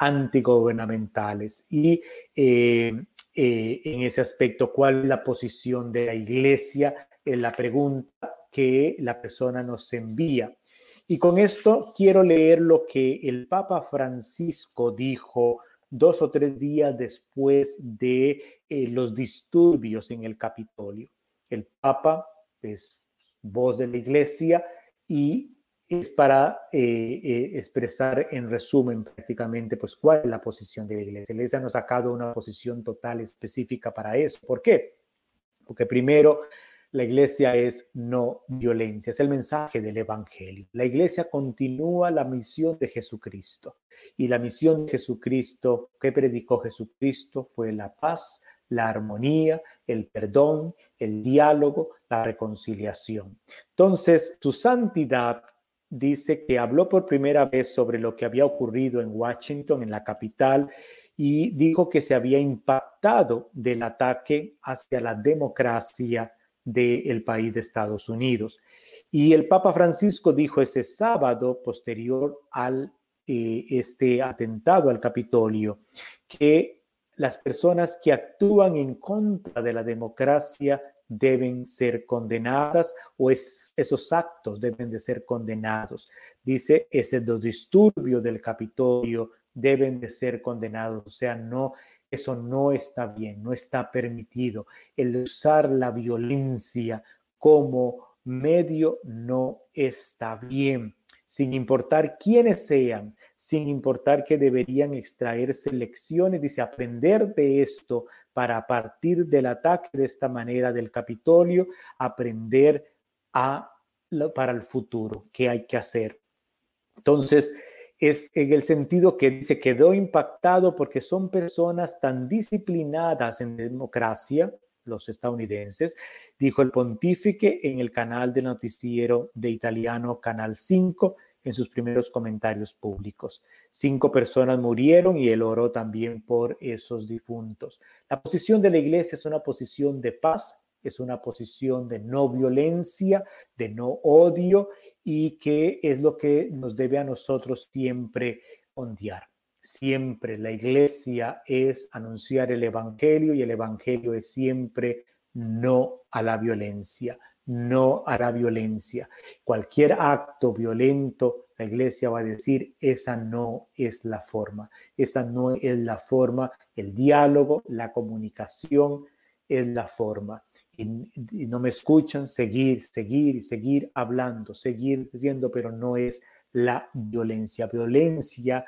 antigubernamentales. Y eh, eh, en ese aspecto, ¿cuál es la posición de la Iglesia? Es la pregunta que la persona nos envía. Y con esto quiero leer lo que el Papa Francisco dijo dos o tres días después de eh, los disturbios en el Capitolio. El Papa, pues, voz de la Iglesia, y es para eh, eh, expresar en resumen prácticamente pues cuál es la posición de la Iglesia. La Iglesia nos ha sacado una posición total específica para eso. ¿Por qué? Porque primero, la Iglesia es no violencia, es el mensaje del Evangelio. La Iglesia continúa la misión de Jesucristo, y la misión de Jesucristo que predicó Jesucristo fue la paz, la armonía, el perdón, el diálogo, la reconciliación. Entonces, su santidad dice que habló por primera vez sobre lo que había ocurrido en Washington, en la capital, y dijo que se había impactado del ataque hacia la democracia del país de Estados Unidos. Y el Papa Francisco dijo ese sábado posterior al eh, este atentado al Capitolio que las personas que actúan en contra de la democracia deben ser condenadas, o es, esos actos deben de ser condenados. Dice, ese disturbio del Capitolio deben de ser condenados, o sea, no, eso no está bien, no está permitido. El usar la violencia como medio no está bien, sin importar quiénes sean, sin importar que deberían extraerse lecciones, dice, aprender de esto para a partir del ataque de esta manera del Capitolio, aprender a, para el futuro, qué hay que hacer. Entonces, es en el sentido que dice, quedó impactado porque son personas tan disciplinadas en democracia, los estadounidenses, dijo el pontífice en el canal de noticiero de italiano Canal cinco, en sus primeros comentarios públicos. Cinco personas murieron y él oró también por esos difuntos. La posición de la Iglesia es una posición de paz, es una posición de no violencia, de no odio, y que es lo que nos debe a nosotros siempre ondear. Siempre la Iglesia es anunciar el Evangelio, y el Evangelio es siempre no a la violencia, no hará violencia. Cualquier acto violento, la Iglesia va a decir, esa no es la forma, esa no es la forma, el diálogo, la comunicación es la forma. Y, y no me escuchan, seguir, seguir y seguir hablando, seguir diciendo, pero no es la violencia. Violencia,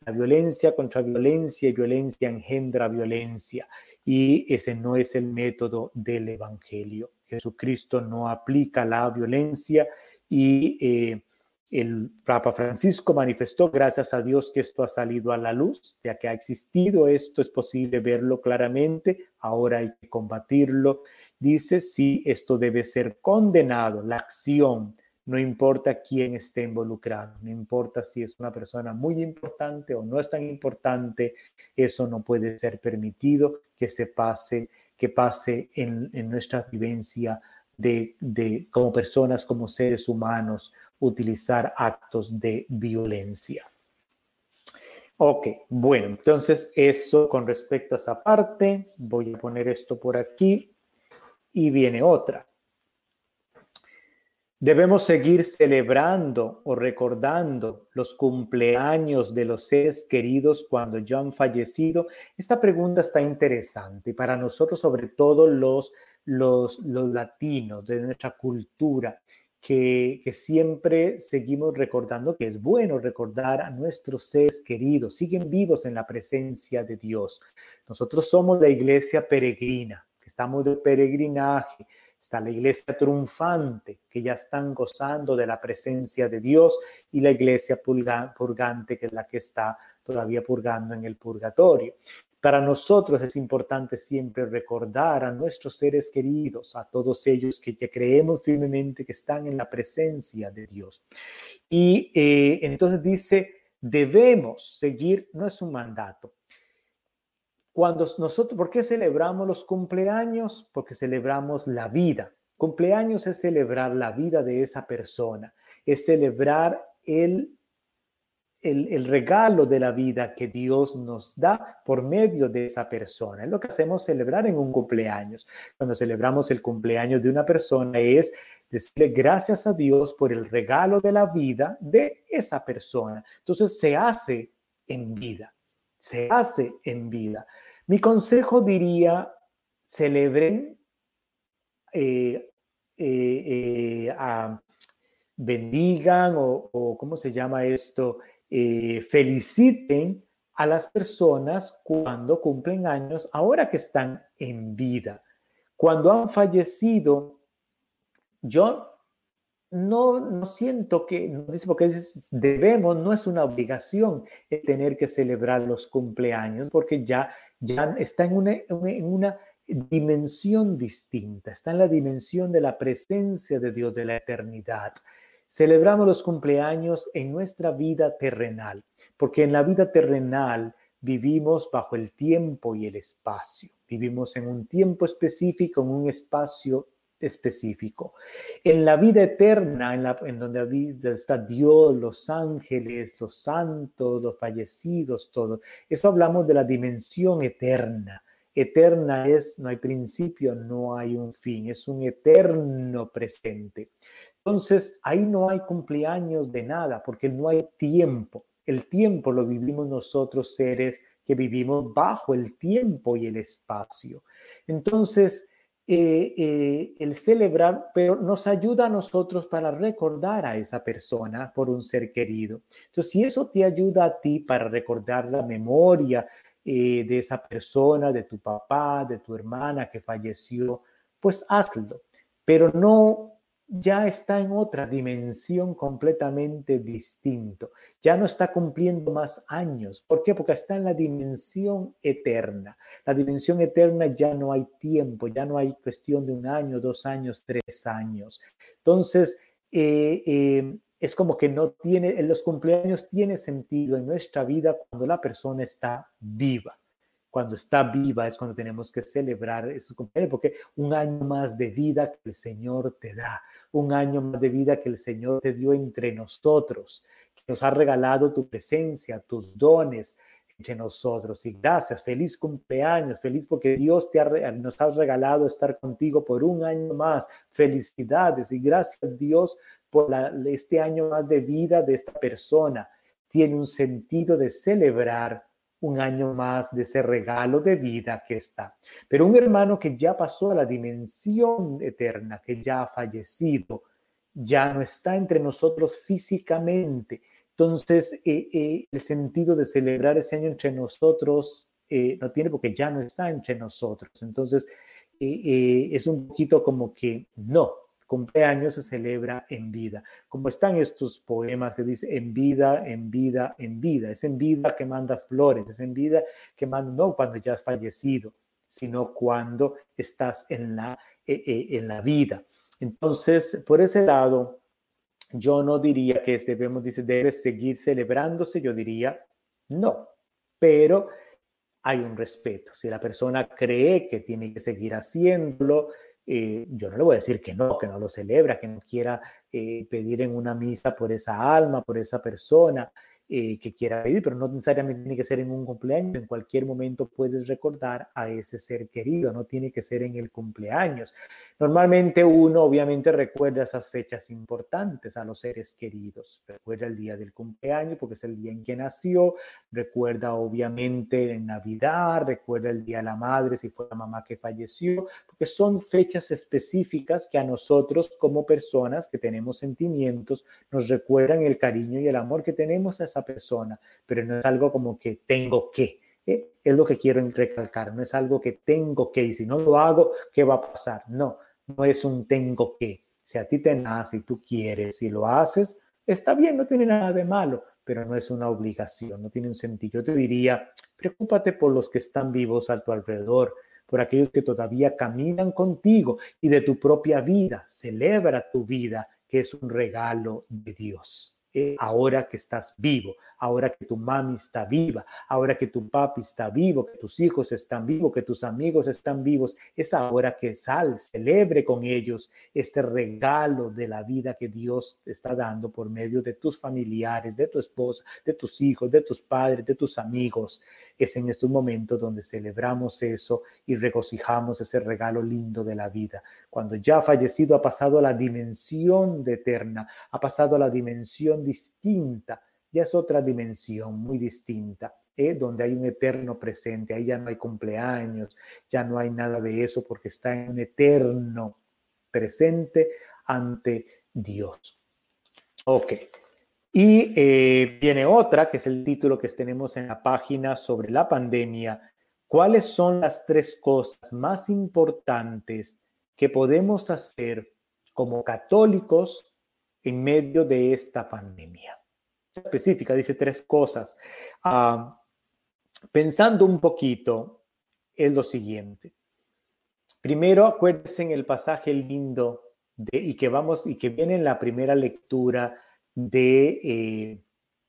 La violencia contra violencia y violencia engendra violencia. Y ese no es el método del Evangelio. Jesucristo no aplica la violencia y eh, el Papa Francisco manifestó, gracias a Dios, que esto ha salido a la luz, ya que ha existido esto, es posible verlo claramente, ahora hay que combatirlo. Dice, sí, esto debe ser condenado, la acción, no importa quién esté involucrado, no importa si es una persona muy importante o no es tan importante, eso no puede ser permitido que se pase, que pase en, en nuestra vivencia de, de como personas, como seres humanos, utilizar actos de violencia. Ok, bueno, entonces eso con respecto a esa parte, voy a poner esto por aquí y viene otra. Debemos seguir celebrando o recordando los cumpleaños de los seres queridos cuando ya han fallecido. Esta pregunta está interesante y para nosotros, sobre todo los, los, los latinos de nuestra cultura, que, que siempre seguimos recordando que es bueno recordar a nuestros seres queridos, siguen vivos en la presencia de Dios. Nosotros somos la iglesia peregrina, que estamos de peregrinaje. Está la iglesia triunfante, que ya están gozando de la presencia de Dios, y la iglesia purgante, que es la que está todavía purgando en el purgatorio. Para nosotros es importante siempre recordar a nuestros seres queridos, a todos ellos que, que creemos firmemente que están en la presencia de Dios. Y eh, entonces dice, debemos seguir, no es un mandato. Cuando nosotros, ¿por qué celebramos los cumpleaños? Porque celebramos la vida. Cumpleaños es celebrar la vida de esa persona, es celebrar el, el, el regalo de la vida que Dios nos da por medio de esa persona. Es lo que hacemos celebrar en un cumpleaños. Cuando celebramos el cumpleaños de una persona es decirle gracias a Dios por el regalo de la vida de esa persona. Entonces se hace en vida. Se hace en vida. Mi consejo diría, celebren, eh, eh, eh, a, bendigan o, o, ¿cómo se llama esto? Eh, feliciten a las personas cuando cumplen años, ahora que están en vida. Cuando han fallecido, yo No, no siento que, no dice porque dices, debemos, no es una obligación tener que celebrar los cumpleaños, porque ya, ya está en una, en una dimensión distinta, está en la dimensión de la presencia de Dios, de la eternidad. Celebramos los cumpleaños en nuestra vida terrenal, porque en la vida terrenal vivimos bajo el tiempo y el espacio. Vivimos en un tiempo específico, en un espacio específico. En la vida eterna, en, la, en donde está Dios, los ángeles, los santos, los fallecidos, todo. Eso hablamos de la dimensión eterna. Eterna es, no hay principio, no hay un fin, es un eterno presente. Entonces, ahí no hay cumpleaños de nada, porque no hay tiempo. El tiempo lo vivimos nosotros, seres que vivimos bajo el tiempo y el espacio. Entonces, Eh, eh, el celebrar, pero nos ayuda a nosotros para recordar a esa persona por un ser querido. Entonces, si eso te ayuda a ti para recordar la memoria eh, de esa persona, de tu papá, de tu hermana que falleció, pues hazlo. Pero no, ya está en otra dimensión completamente distinto. Ya no está cumpliendo más años. ¿Por qué? Porque está en la dimensión eterna. La dimensión eterna ya no hay tiempo, ya no hay cuestión de un año, dos años, tres años. Entonces, eh, eh, es como que no tiene, en los cumpleaños tiene sentido en nuestra vida cuando la persona está viva. Cuando está viva es cuando tenemos que celebrar esos cumpleaños, porque un año más de vida que el Señor te da, un año más de vida que el Señor te dio entre nosotros, que nos ha regalado tu presencia, tus dones entre nosotros. Y gracias, feliz cumpleaños, feliz porque Dios te ha, nos ha regalado estar contigo por un año más. Felicidades y gracias Dios por la, este año más de vida de esta persona. Tiene un sentido de celebrar un año más de ese regalo de vida que está. Pero un hermano que ya pasó a la dimensión eterna, que ya ha fallecido, ya no está entre nosotros físicamente, Entonces, eh, eh, el sentido de celebrar ese año entre nosotros eh, no tiene, porque ya no está entre nosotros. Entonces, eh, eh, es un poquito como que no, cumpleaños se celebra en vida. Como están estos poemas que dice en vida, en vida, en vida. Es en vida que manda flores, es en vida que manda, no cuando ya has fallecido, sino cuando estás en la, eh, eh, en la vida. Entonces, por ese lado, yo no diría que debemos, dice, debe seguir celebrándose, yo diría no, pero hay un respeto. Si la persona cree que tiene que seguir haciéndolo, eh, yo no le voy a decir que no, que no lo celebra, que no quiera eh, pedir en una misa por esa alma, por esa persona eh, que quiera pedir, pero no necesariamente tiene que ser en un cumpleaños. En cualquier momento puedes recordar a ese ser querido, no tiene que ser en el cumpleaños. Normalmente uno obviamente recuerda esas fechas importantes a los seres queridos. Recuerda el día del cumpleaños porque es el día en que nació, recuerda obviamente en Navidad, recuerda el Día de la Madre si fue la mamá que falleció, porque son fechas específicas que a nosotros como personas que tenemos sentimientos nos recuerdan el cariño y el amor que tenemos a esa persona, pero no es algo como que tengo que. ¿eh? Es lo que quiero recalcar, no es algo que tengo que y si no lo hago, ¿qué va a pasar? No, no es un tengo que. Si a ti te nace y tú quieres y lo haces, está bien, no tiene nada de malo, pero no es una obligación, no tiene un sentido. Yo te diría, preocúpate por los que están vivos a tu alrededor, por aquellos que todavía caminan contigo y de tu propia vida. Celebra tu vida, que es un regalo de Dios. Eh, ahora que estás vivo, ahora que tu mami está viva, ahora que tu papi está vivo, que tus hijos están vivos, que tus amigos están vivos, es ahora que sal, celebre con ellos este regalo de la vida que Dios te está dando por medio de tus familiares, de tu esposa, de tus hijos, de tus padres, de tus amigos. Es en estos momentos donde celebramos eso y regocijamos ese regalo lindo de la vida. Cuando ya ha fallecido, ha pasado a la dimensión de eterna, ha pasado a la dimensión distinta, ya es otra dimensión muy distinta, ¿eh? Donde hay un eterno presente, ahí ya no hay cumpleaños, ya no hay nada de eso porque está en un eterno presente ante Dios. Ok. Y eh, viene otra, que es el título que tenemos en la página sobre la pandemia. ¿Cuáles son las tres cosas más importantes que podemos hacer como católicos en medio de esta pandemia? Específica, dice tres cosas. Uh, pensando un poquito, es lo siguiente. Primero, acuérdense en el pasaje lindo de, y que vamos y que viene en la primera lectura de, eh,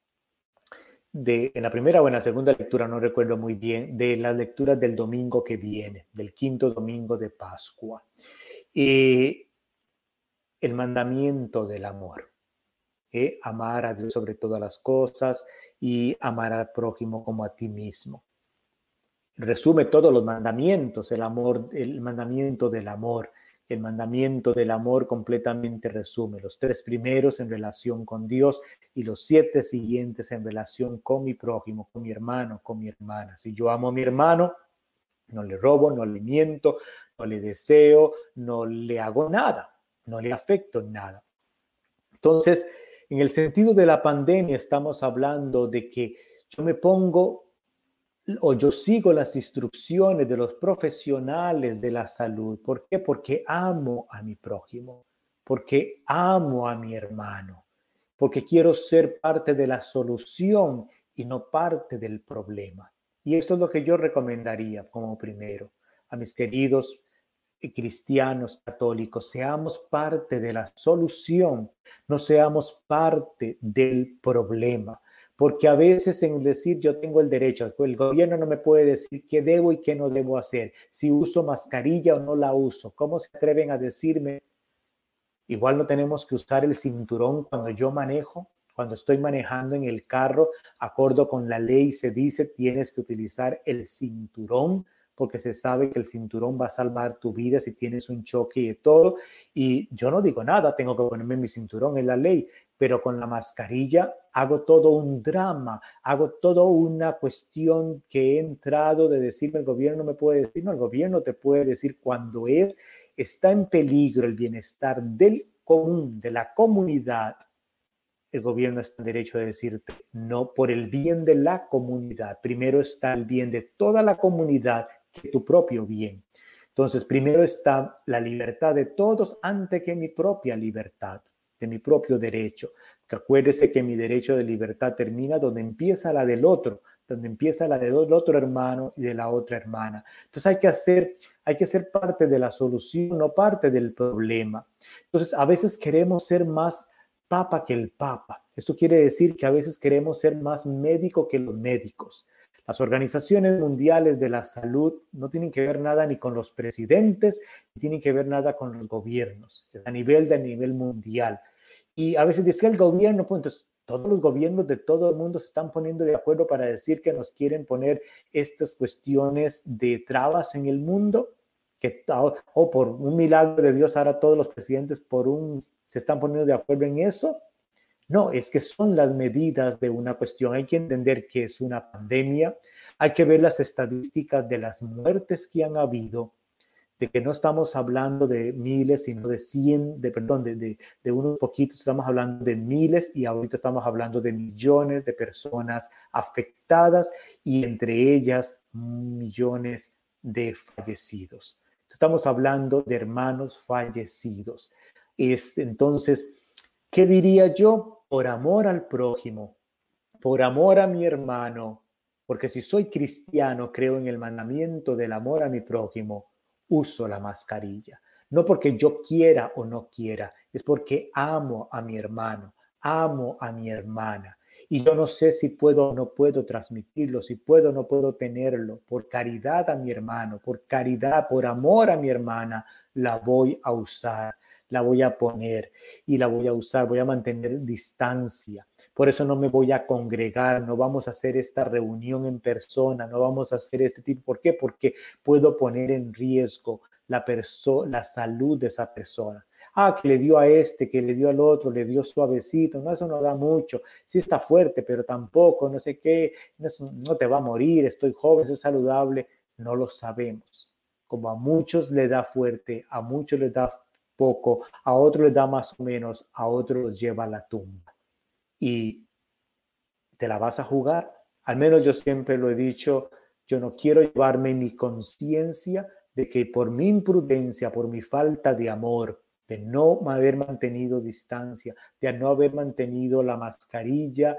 de en la primera o en la segunda lectura, no recuerdo muy bien, de las lecturas del domingo que viene, del quinto domingo de Pascua. Eh, el mandamiento del amor. Eh, amar a Dios sobre todas las cosas y amar al prójimo como a ti mismo. Resume todos los mandamientos, el amor, el mandamiento del amor, el mandamiento del amor completamente resume los tres primeros en relación con Dios y los siete siguientes en relación con mi prójimo, con mi hermano, con mi hermana. Si yo amo a mi hermano, no le robo, no le miento, no le deseo, no le hago nada, no le afecto en nada. Entonces, en el sentido de la pandemia estamos hablando de que yo me pongo o yo sigo las instrucciones de los profesionales de la salud. ¿Por qué? Porque amo a mi prójimo, porque amo a mi hermano, porque quiero ser parte de la solución y no parte del problema. Y eso es lo que yo recomendaría como primero a mis queridos cristianos católicos, seamos parte de la solución, no seamos parte del problema, porque a veces en decir yo tengo el derecho, el gobierno no me puede decir qué debo y qué no debo hacer, si uso mascarilla o no la uso, ¿cómo se atreven a decirme? Igual no tenemos que usar el cinturón cuando yo manejo, cuando estoy manejando en el carro, acuerdo con la ley se dice tienes que utilizar el cinturón porque se sabe que el cinturón va a salvar tu vida si tienes un choque y de todo. Y yo no digo nada, tengo que ponerme mi cinturón, es la ley, pero con la mascarilla hago todo un drama, hago toda una cuestión que he entrado de decirme el gobierno no me puede decir, no, el gobierno te puede decir cuando es, está en peligro el bienestar del común, de la comunidad, el gobierno está en derecho de decirte no por el bien de la comunidad. Primero está el bien de toda la comunidad que tu propio bien. Entonces, primero está la libertad de todos antes que mi propia libertad, de mi propio derecho. Que acuérdese que mi derecho de libertad termina donde empieza la del otro, donde empieza la del otro hermano y de la otra hermana. Entonces hay que hacer, hay que ser parte de la solución, no parte del problema. Entonces, a veces queremos ser más papa que el papa. Esto quiere decir que a veces queremos ser más médico que los médicos. Las organizaciones mundiales de la salud no tienen que ver nada ni con los presidentes, ni tienen que ver nada con los gobiernos, a nivel de a nivel mundial. Y a veces decía el gobierno, pues entonces todos los gobiernos de todo el mundo se están poniendo de acuerdo para decir que nos quieren poner estas cuestiones de trabas en el mundo, que o oh, por un milagro de Dios ahora todos los presidentes por un, se están poniendo de acuerdo en eso. No, es que son las medidas de una cuestión. Hay que entender que es una pandemia, hay que ver las estadísticas de las muertes que han habido, de que no estamos hablando de miles, sino de cien, de, perdón, de, de, de unos poquitos, estamos hablando de miles y ahorita estamos hablando de millones de personas afectadas y entre ellas millones de fallecidos. Estamos hablando de hermanos fallecidos. Es, entonces, ¿qué diría yo? Por amor al prójimo, por amor a mi hermano, porque si soy cristiano, creo en el mandamiento del amor a mi prójimo, uso la mascarilla. No porque yo quiera o no quiera, es porque amo a mi hermano, amo a mi hermana. Y yo no sé si puedo o no puedo transmitirlo, si puedo o no puedo tenerlo. Por caridad a mi hermano, por caridad, por amor a mi hermana, la voy a usar, la voy a poner y la voy a usar, voy a mantener distancia. Por eso no me voy a congregar, no vamos a hacer esta reunión en persona, no vamos a hacer este tipo. ¿Por qué? Porque puedo poner en riesgo la, perso- la salud de esa persona. Ah, que le dio a este, que le dio al otro, le dio suavecito. No, eso no da mucho. Sí está fuerte, pero tampoco, no sé qué. No, no te va a morir, estoy joven, soy saludable. No lo sabemos. Como a muchos le da fuerte, a muchos le da poco, a otros les da más o menos, a otros los lleva a la tumba. Y te la vas a jugar. Al menos yo siempre lo he dicho, yo no quiero llevarme mi conciencia de que por mi imprudencia, por mi falta de amor, de no haber mantenido distancia, de no haber mantenido la mascarilla,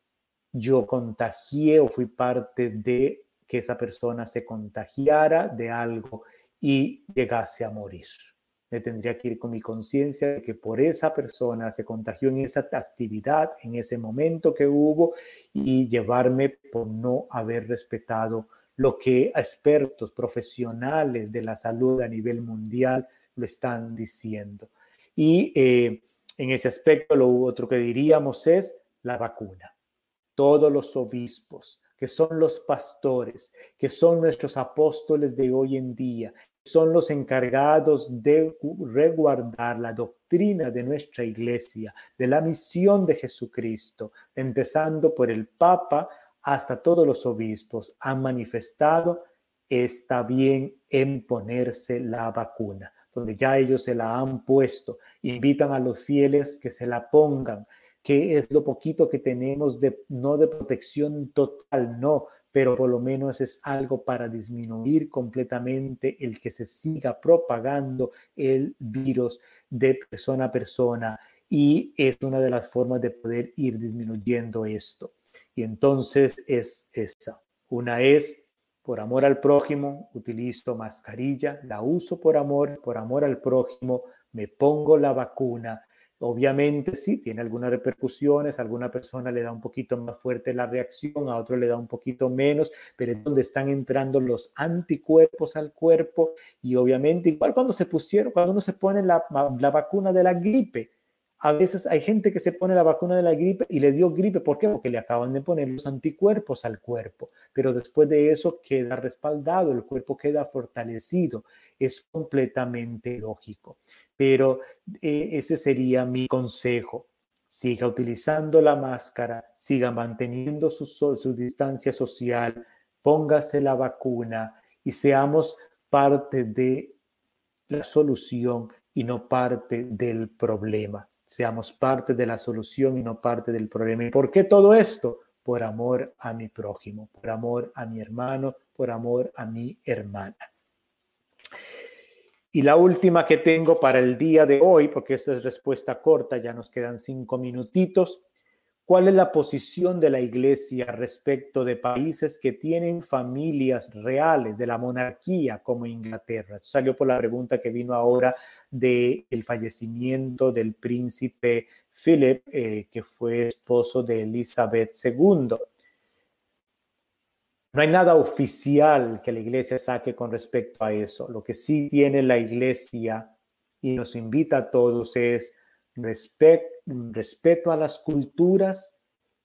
yo contagié o fui parte de que esa persona se contagiara de algo y llegase a morir. Me tendría que ir con mi conciencia de que por esa persona se contagió en esa actividad, en ese momento que hubo, y llevarme por no haber respetado lo que expertos profesionales de la salud a nivel mundial lo están diciendo. Y eh, en ese aspecto, lo otro que diríamos es la vacuna. Todos los obispos, que son los pastores, que son nuestros apóstoles de hoy en día, son los encargados de resguardar la doctrina de nuestra iglesia, de la misión de Jesucristo, empezando por el Papa hasta todos los obispos, han manifestado está bien en ponerse la vacuna, donde ya ellos se la han puesto, invitan a los fieles que se la pongan, que es lo poquito que tenemos, de, no de protección total, no, pero por lo menos es algo para disminuir completamente el que se siga propagando el virus de persona a persona, y es una de las formas de poder ir disminuyendo esto. Y entonces es esa. Una es por amor al prójimo, utilizo mascarilla, la uso por amor, por amor al prójimo, me pongo la vacuna. Obviamente sí, tiene algunas repercusiones, a alguna persona le da un poquito más fuerte la reacción, a otro le da un poquito menos, pero es donde están entrando los anticuerpos al cuerpo. Y obviamente igual cuando se pusieron, cuando uno se pone la, la vacuna de la gripe, a veces hay gente que se pone la vacuna de la gripe y le dio gripe. ¿Por qué? Porque le acaban de poner los anticuerpos al cuerpo. Pero después de eso queda respaldado, el cuerpo queda fortalecido. Es completamente lógico. Pero eh, ese sería mi consejo. Siga utilizando la máscara, siga manteniendo su, su distancia social, póngase la vacuna y seamos parte de la solución y no parte del problema. seamos parte de la solución y no parte del problema. ¿Y por qué todo esto? Por amor a mi prójimo, por amor a mi hermano, por amor a mi hermana. Y la última que tengo para el día de hoy, porque esta es respuesta corta, ya nos quedan cinco minutitos. ¿Cuál es la posición de la Iglesia respecto de países que tienen familias reales de la monarquía como Inglaterra? Esto salió por la pregunta que vino ahora del fallecimiento del príncipe Philip, eh, que fue esposo de Elizabeth segunda. No hay nada oficial que la Iglesia saque con respecto a eso. Lo que sí tiene la Iglesia y nos invita a todos es respeto, respeto a las culturas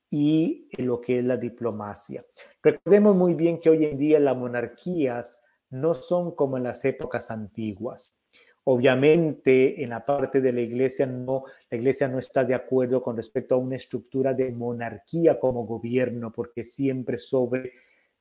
y lo que es la diplomacia. Recordemos muy bien que hoy en día las monarquías no son como en las épocas antiguas. Obviamente, en la parte de la Iglesia no, la Iglesia no está de acuerdo con respecto a una estructura de monarquía como gobierno, porque siempre sobre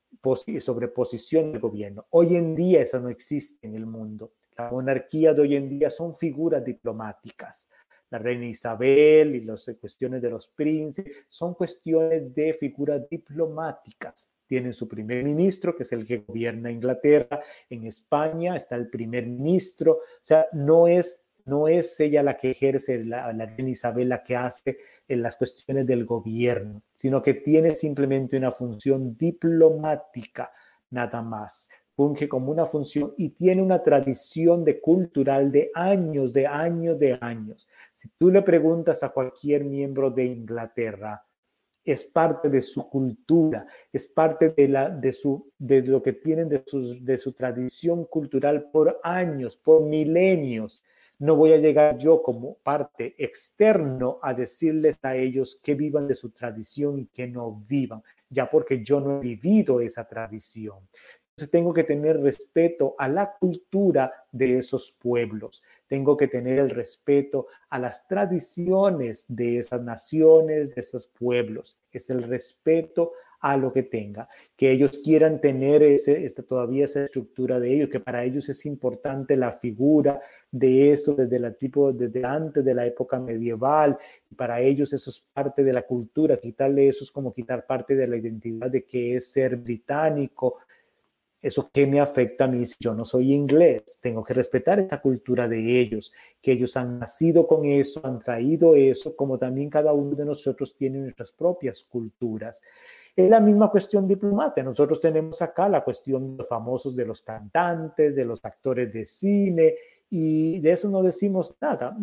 sobre posición del gobierno. Hoy en día eso no existe en el mundo. La monarquía de hoy en día son figuras diplomáticas. La reina Isabel y las cuestiones de los príncipes son cuestiones de figuras diplomáticas. Tienen su primer ministro, que es el que gobierna Inglaterra. En España está el primer ministro. O sea, no es No es ella la que ejerce, la, la reina Isabel la que hace en las cuestiones del gobierno, sino que tiene simplemente una función diplomática, nada más. Funge como una función y tiene una tradición de cultural de años, de años, de años. Si tú le preguntas a cualquier miembro de Inglaterra, es parte de su cultura, es parte de, la, de, su, de lo que tienen de, sus, de su tradición cultural por años, por milenios. No voy a llegar yo como parte externo a decirles a ellos que vivan de su tradición y que no vivan, ya porque yo no he vivido esa tradición. Entonces tengo que tener respeto a la cultura de esos pueblos. Tengo que tener el respeto a las tradiciones de esas naciones, de esos pueblos. Es el respeto a lo que tenga, que ellos quieran tener ese, esta, todavía esa estructura de ellos, que para ellos es importante la figura de eso desde, la tipo, desde antes de la época medieval. Para ellos eso es parte de la cultura, quitarle eso es como quitar parte de la identidad de que es ser británico. ¿Eso qué me afecta a mí si yo no soy inglés? Tengo que respetar esa cultura de ellos, que ellos han nacido con eso, han traído eso, como también cada uno de nosotros tiene nuestras propias culturas. Es la misma cuestión diplomática. Nosotros tenemos acá la cuestión de los famosos, de los cantantes, de los actores de cine, y de eso no decimos nada.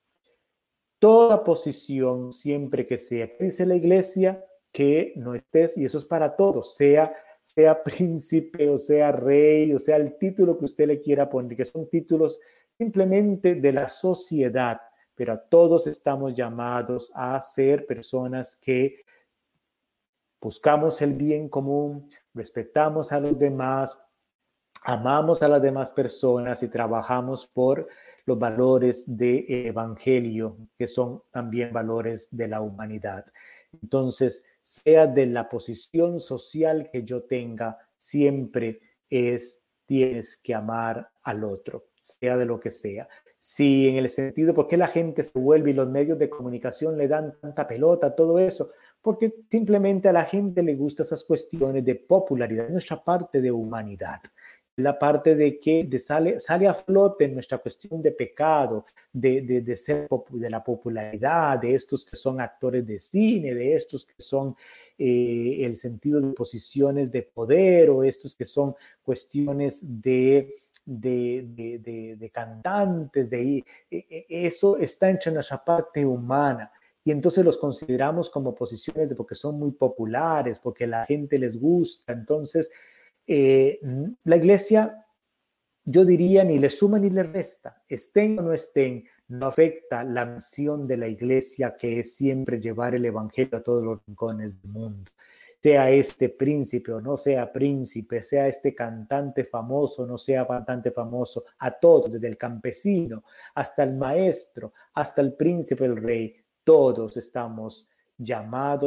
Toda posición, siempre que sea, dice la Iglesia, que no estés, y eso es para todos, sea sea príncipe o sea rey o sea el título que usted le quiera poner, que son títulos simplemente de la sociedad, pero todos estamos llamados a ser personas que buscamos el bien común, respetamos a los demás, amamos a las demás personas y trabajamos por los valores del evangelio, que son también valores de la humanidad. Entonces, sea de la posición social que yo tenga, siempre es, tienes que amar al otro, sea de lo que sea. Si en el sentido, ¿por qué la gente se vuelve y los medios de comunicación le dan tanta pelota a todo eso? Porque simplemente a la gente le gustan esas cuestiones de popularidad, nuestra parte de humanidad. La parte de que de sale, sale a flote nuestra cuestión de pecado, de, de, de, ser, de la popularidad, de estos que son actores de cine, de estos que son eh, el sentido de posiciones de poder o estos que son cuestiones de, de, de, de, de cantantes, de, eso está entre nuestra parte humana. Y entonces los consideramos como posiciones de porque son muy populares, porque la gente les gusta. Entonces, Eh, la Iglesia, yo diría, ni le suma ni le resta, estén o no estén, no afecta la misión de la Iglesia, que es siempre llevar el evangelio a todos los rincones del mundo. Sea este príncipe o no sea príncipe, sea este cantante famoso o no sea cantante famoso, a todos, desde el campesino hasta el maestro, hasta el príncipe, el rey, todos estamos llamados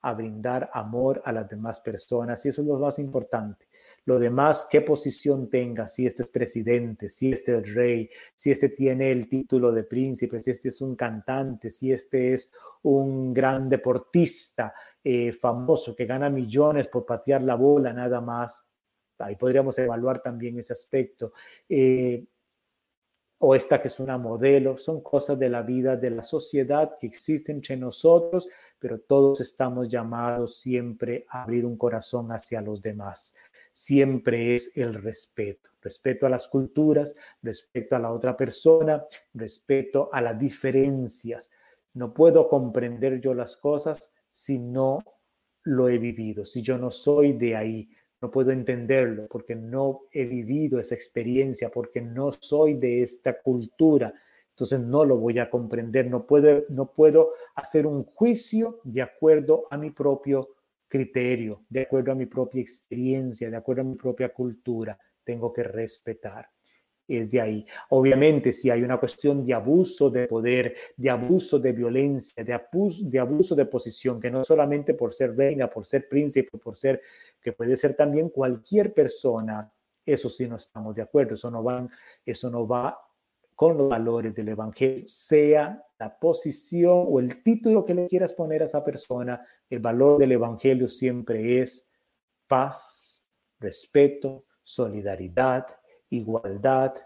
a brindar amor a las demás personas, y eso es lo más importante. Lo demás, qué posición tenga, si este es presidente, si este es rey, si este tiene el título de príncipe, si este es un cantante, si este es un gran deportista eh, famoso que gana millones por patear la bola nada más. Ahí podríamos evaluar también ese aspecto. Eh, o esta que es una modelo, son cosas de la vida, de la sociedad que existen entre nosotros, pero todos estamos llamados siempre a abrir un corazón hacia los demás. Siempre es el respeto, respeto a las culturas, respeto a la otra persona, respeto a las diferencias. No puedo comprender yo las cosas si no lo he vivido, si yo no soy de ahí. No puedo entenderlo porque no he vivido esa experiencia, porque no soy de esta cultura. Entonces no lo voy a comprender. No puedo, no puedo hacer un juicio de acuerdo a mi propio criterio, de acuerdo a mi propia experiencia, de acuerdo a mi propia cultura. Tengo que respetar. Es de ahí. Obviamente, si hay una cuestión de abuso de poder, de abuso de violencia, de abuso, de abuso de posición, que no solamente por ser reina, por ser príncipe, por ser, que puede ser también cualquier persona, eso sí no estamos de acuerdo, eso no va, eso no va con los valores del evangelio, sea la posición o el título que le quieras poner a esa persona, el valor del evangelio siempre es paz, respeto, solidaridad, igualdad,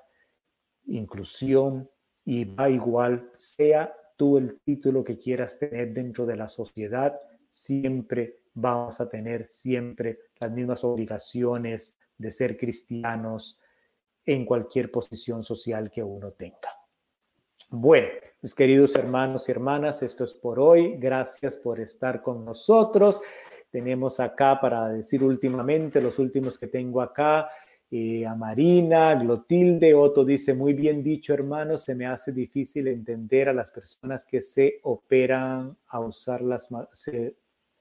inclusión, y va igual, sea tú el título que quieras tener dentro de la sociedad, siempre vamos a tener siempre las mismas obligaciones de ser cristianos en cualquier posición social que uno tenga. Bueno, mis queridos hermanos y hermanas, esto es por hoy. Gracias por estar con nosotros. Tenemos acá para decir últimamente, los últimos que tengo acá, eh, a Marina, Glotilde, Otto dice, muy bien dicho, hermano, se me hace difícil entender a las personas que se operan a usar las, se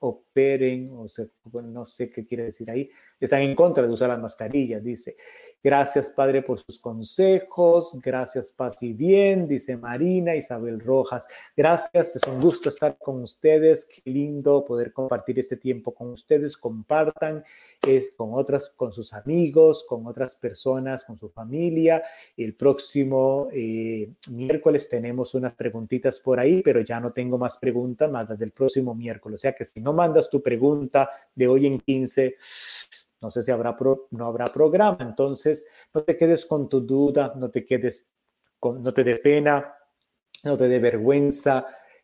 operen, o se, bueno, no sé qué quiere decir ahí, están en contra de usar las mascarillas, dice. Gracias, Padre, por sus consejos. Gracias, paz y bien, dice Marina Isabel Rojas. Gracias, es un gusto estar con ustedes. Qué lindo poder compartir este tiempo con ustedes. Compartan es con otras, con sus amigos, con otras personas, con su familia. El próximo eh, miércoles tenemos unas preguntitas por ahí, pero ya no tengo más preguntas más las del próximo miércoles. O sea que si no mandas tu pregunta de hoy en quince, no sé si habrá pro, no habrá programa. Entonces, no te quedes con tu duda, no te quedes con, no te dé pena, no te dé vergüenza.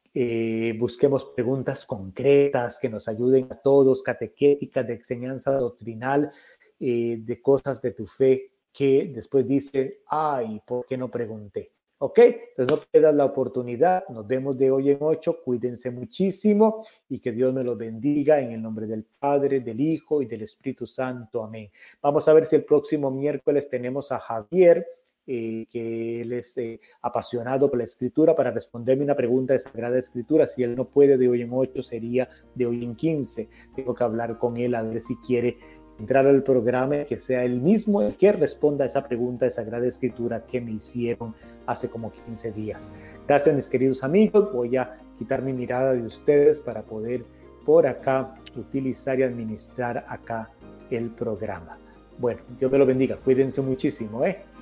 Eh, busquemos preguntas concretas que nos ayuden a todos, catequéticas, de enseñanza doctrinal, eh, de cosas de tu fe que después dice, ay, ¿por qué no pregunté? ¿Ok? Entonces no pierdas la oportunidad. Nos vemos de hoy en ocho. Cuídense muchísimo y que Dios me los bendiga en el nombre del Padre, del Hijo y del Espíritu Santo. Amén. Vamos a ver si el próximo miércoles tenemos a Javier, eh, que él es eh, apasionado por la Escritura, para responderme una pregunta de Sagrada Escritura. Si él no puede de hoy en ocho, sería de hoy en quince. Tengo que hablar con él a ver si quiere entrar al programa, que sea él mismo el que responda a esa pregunta de Sagrada Escritura que me hicieron hace como quince días. Gracias, mis queridos amigos. Voy a quitar mi mirada de ustedes para poder por acá utilizar y administrar acá el programa. Bueno, Dios me lo bendiga. Cuídense muchísimo, ¿eh?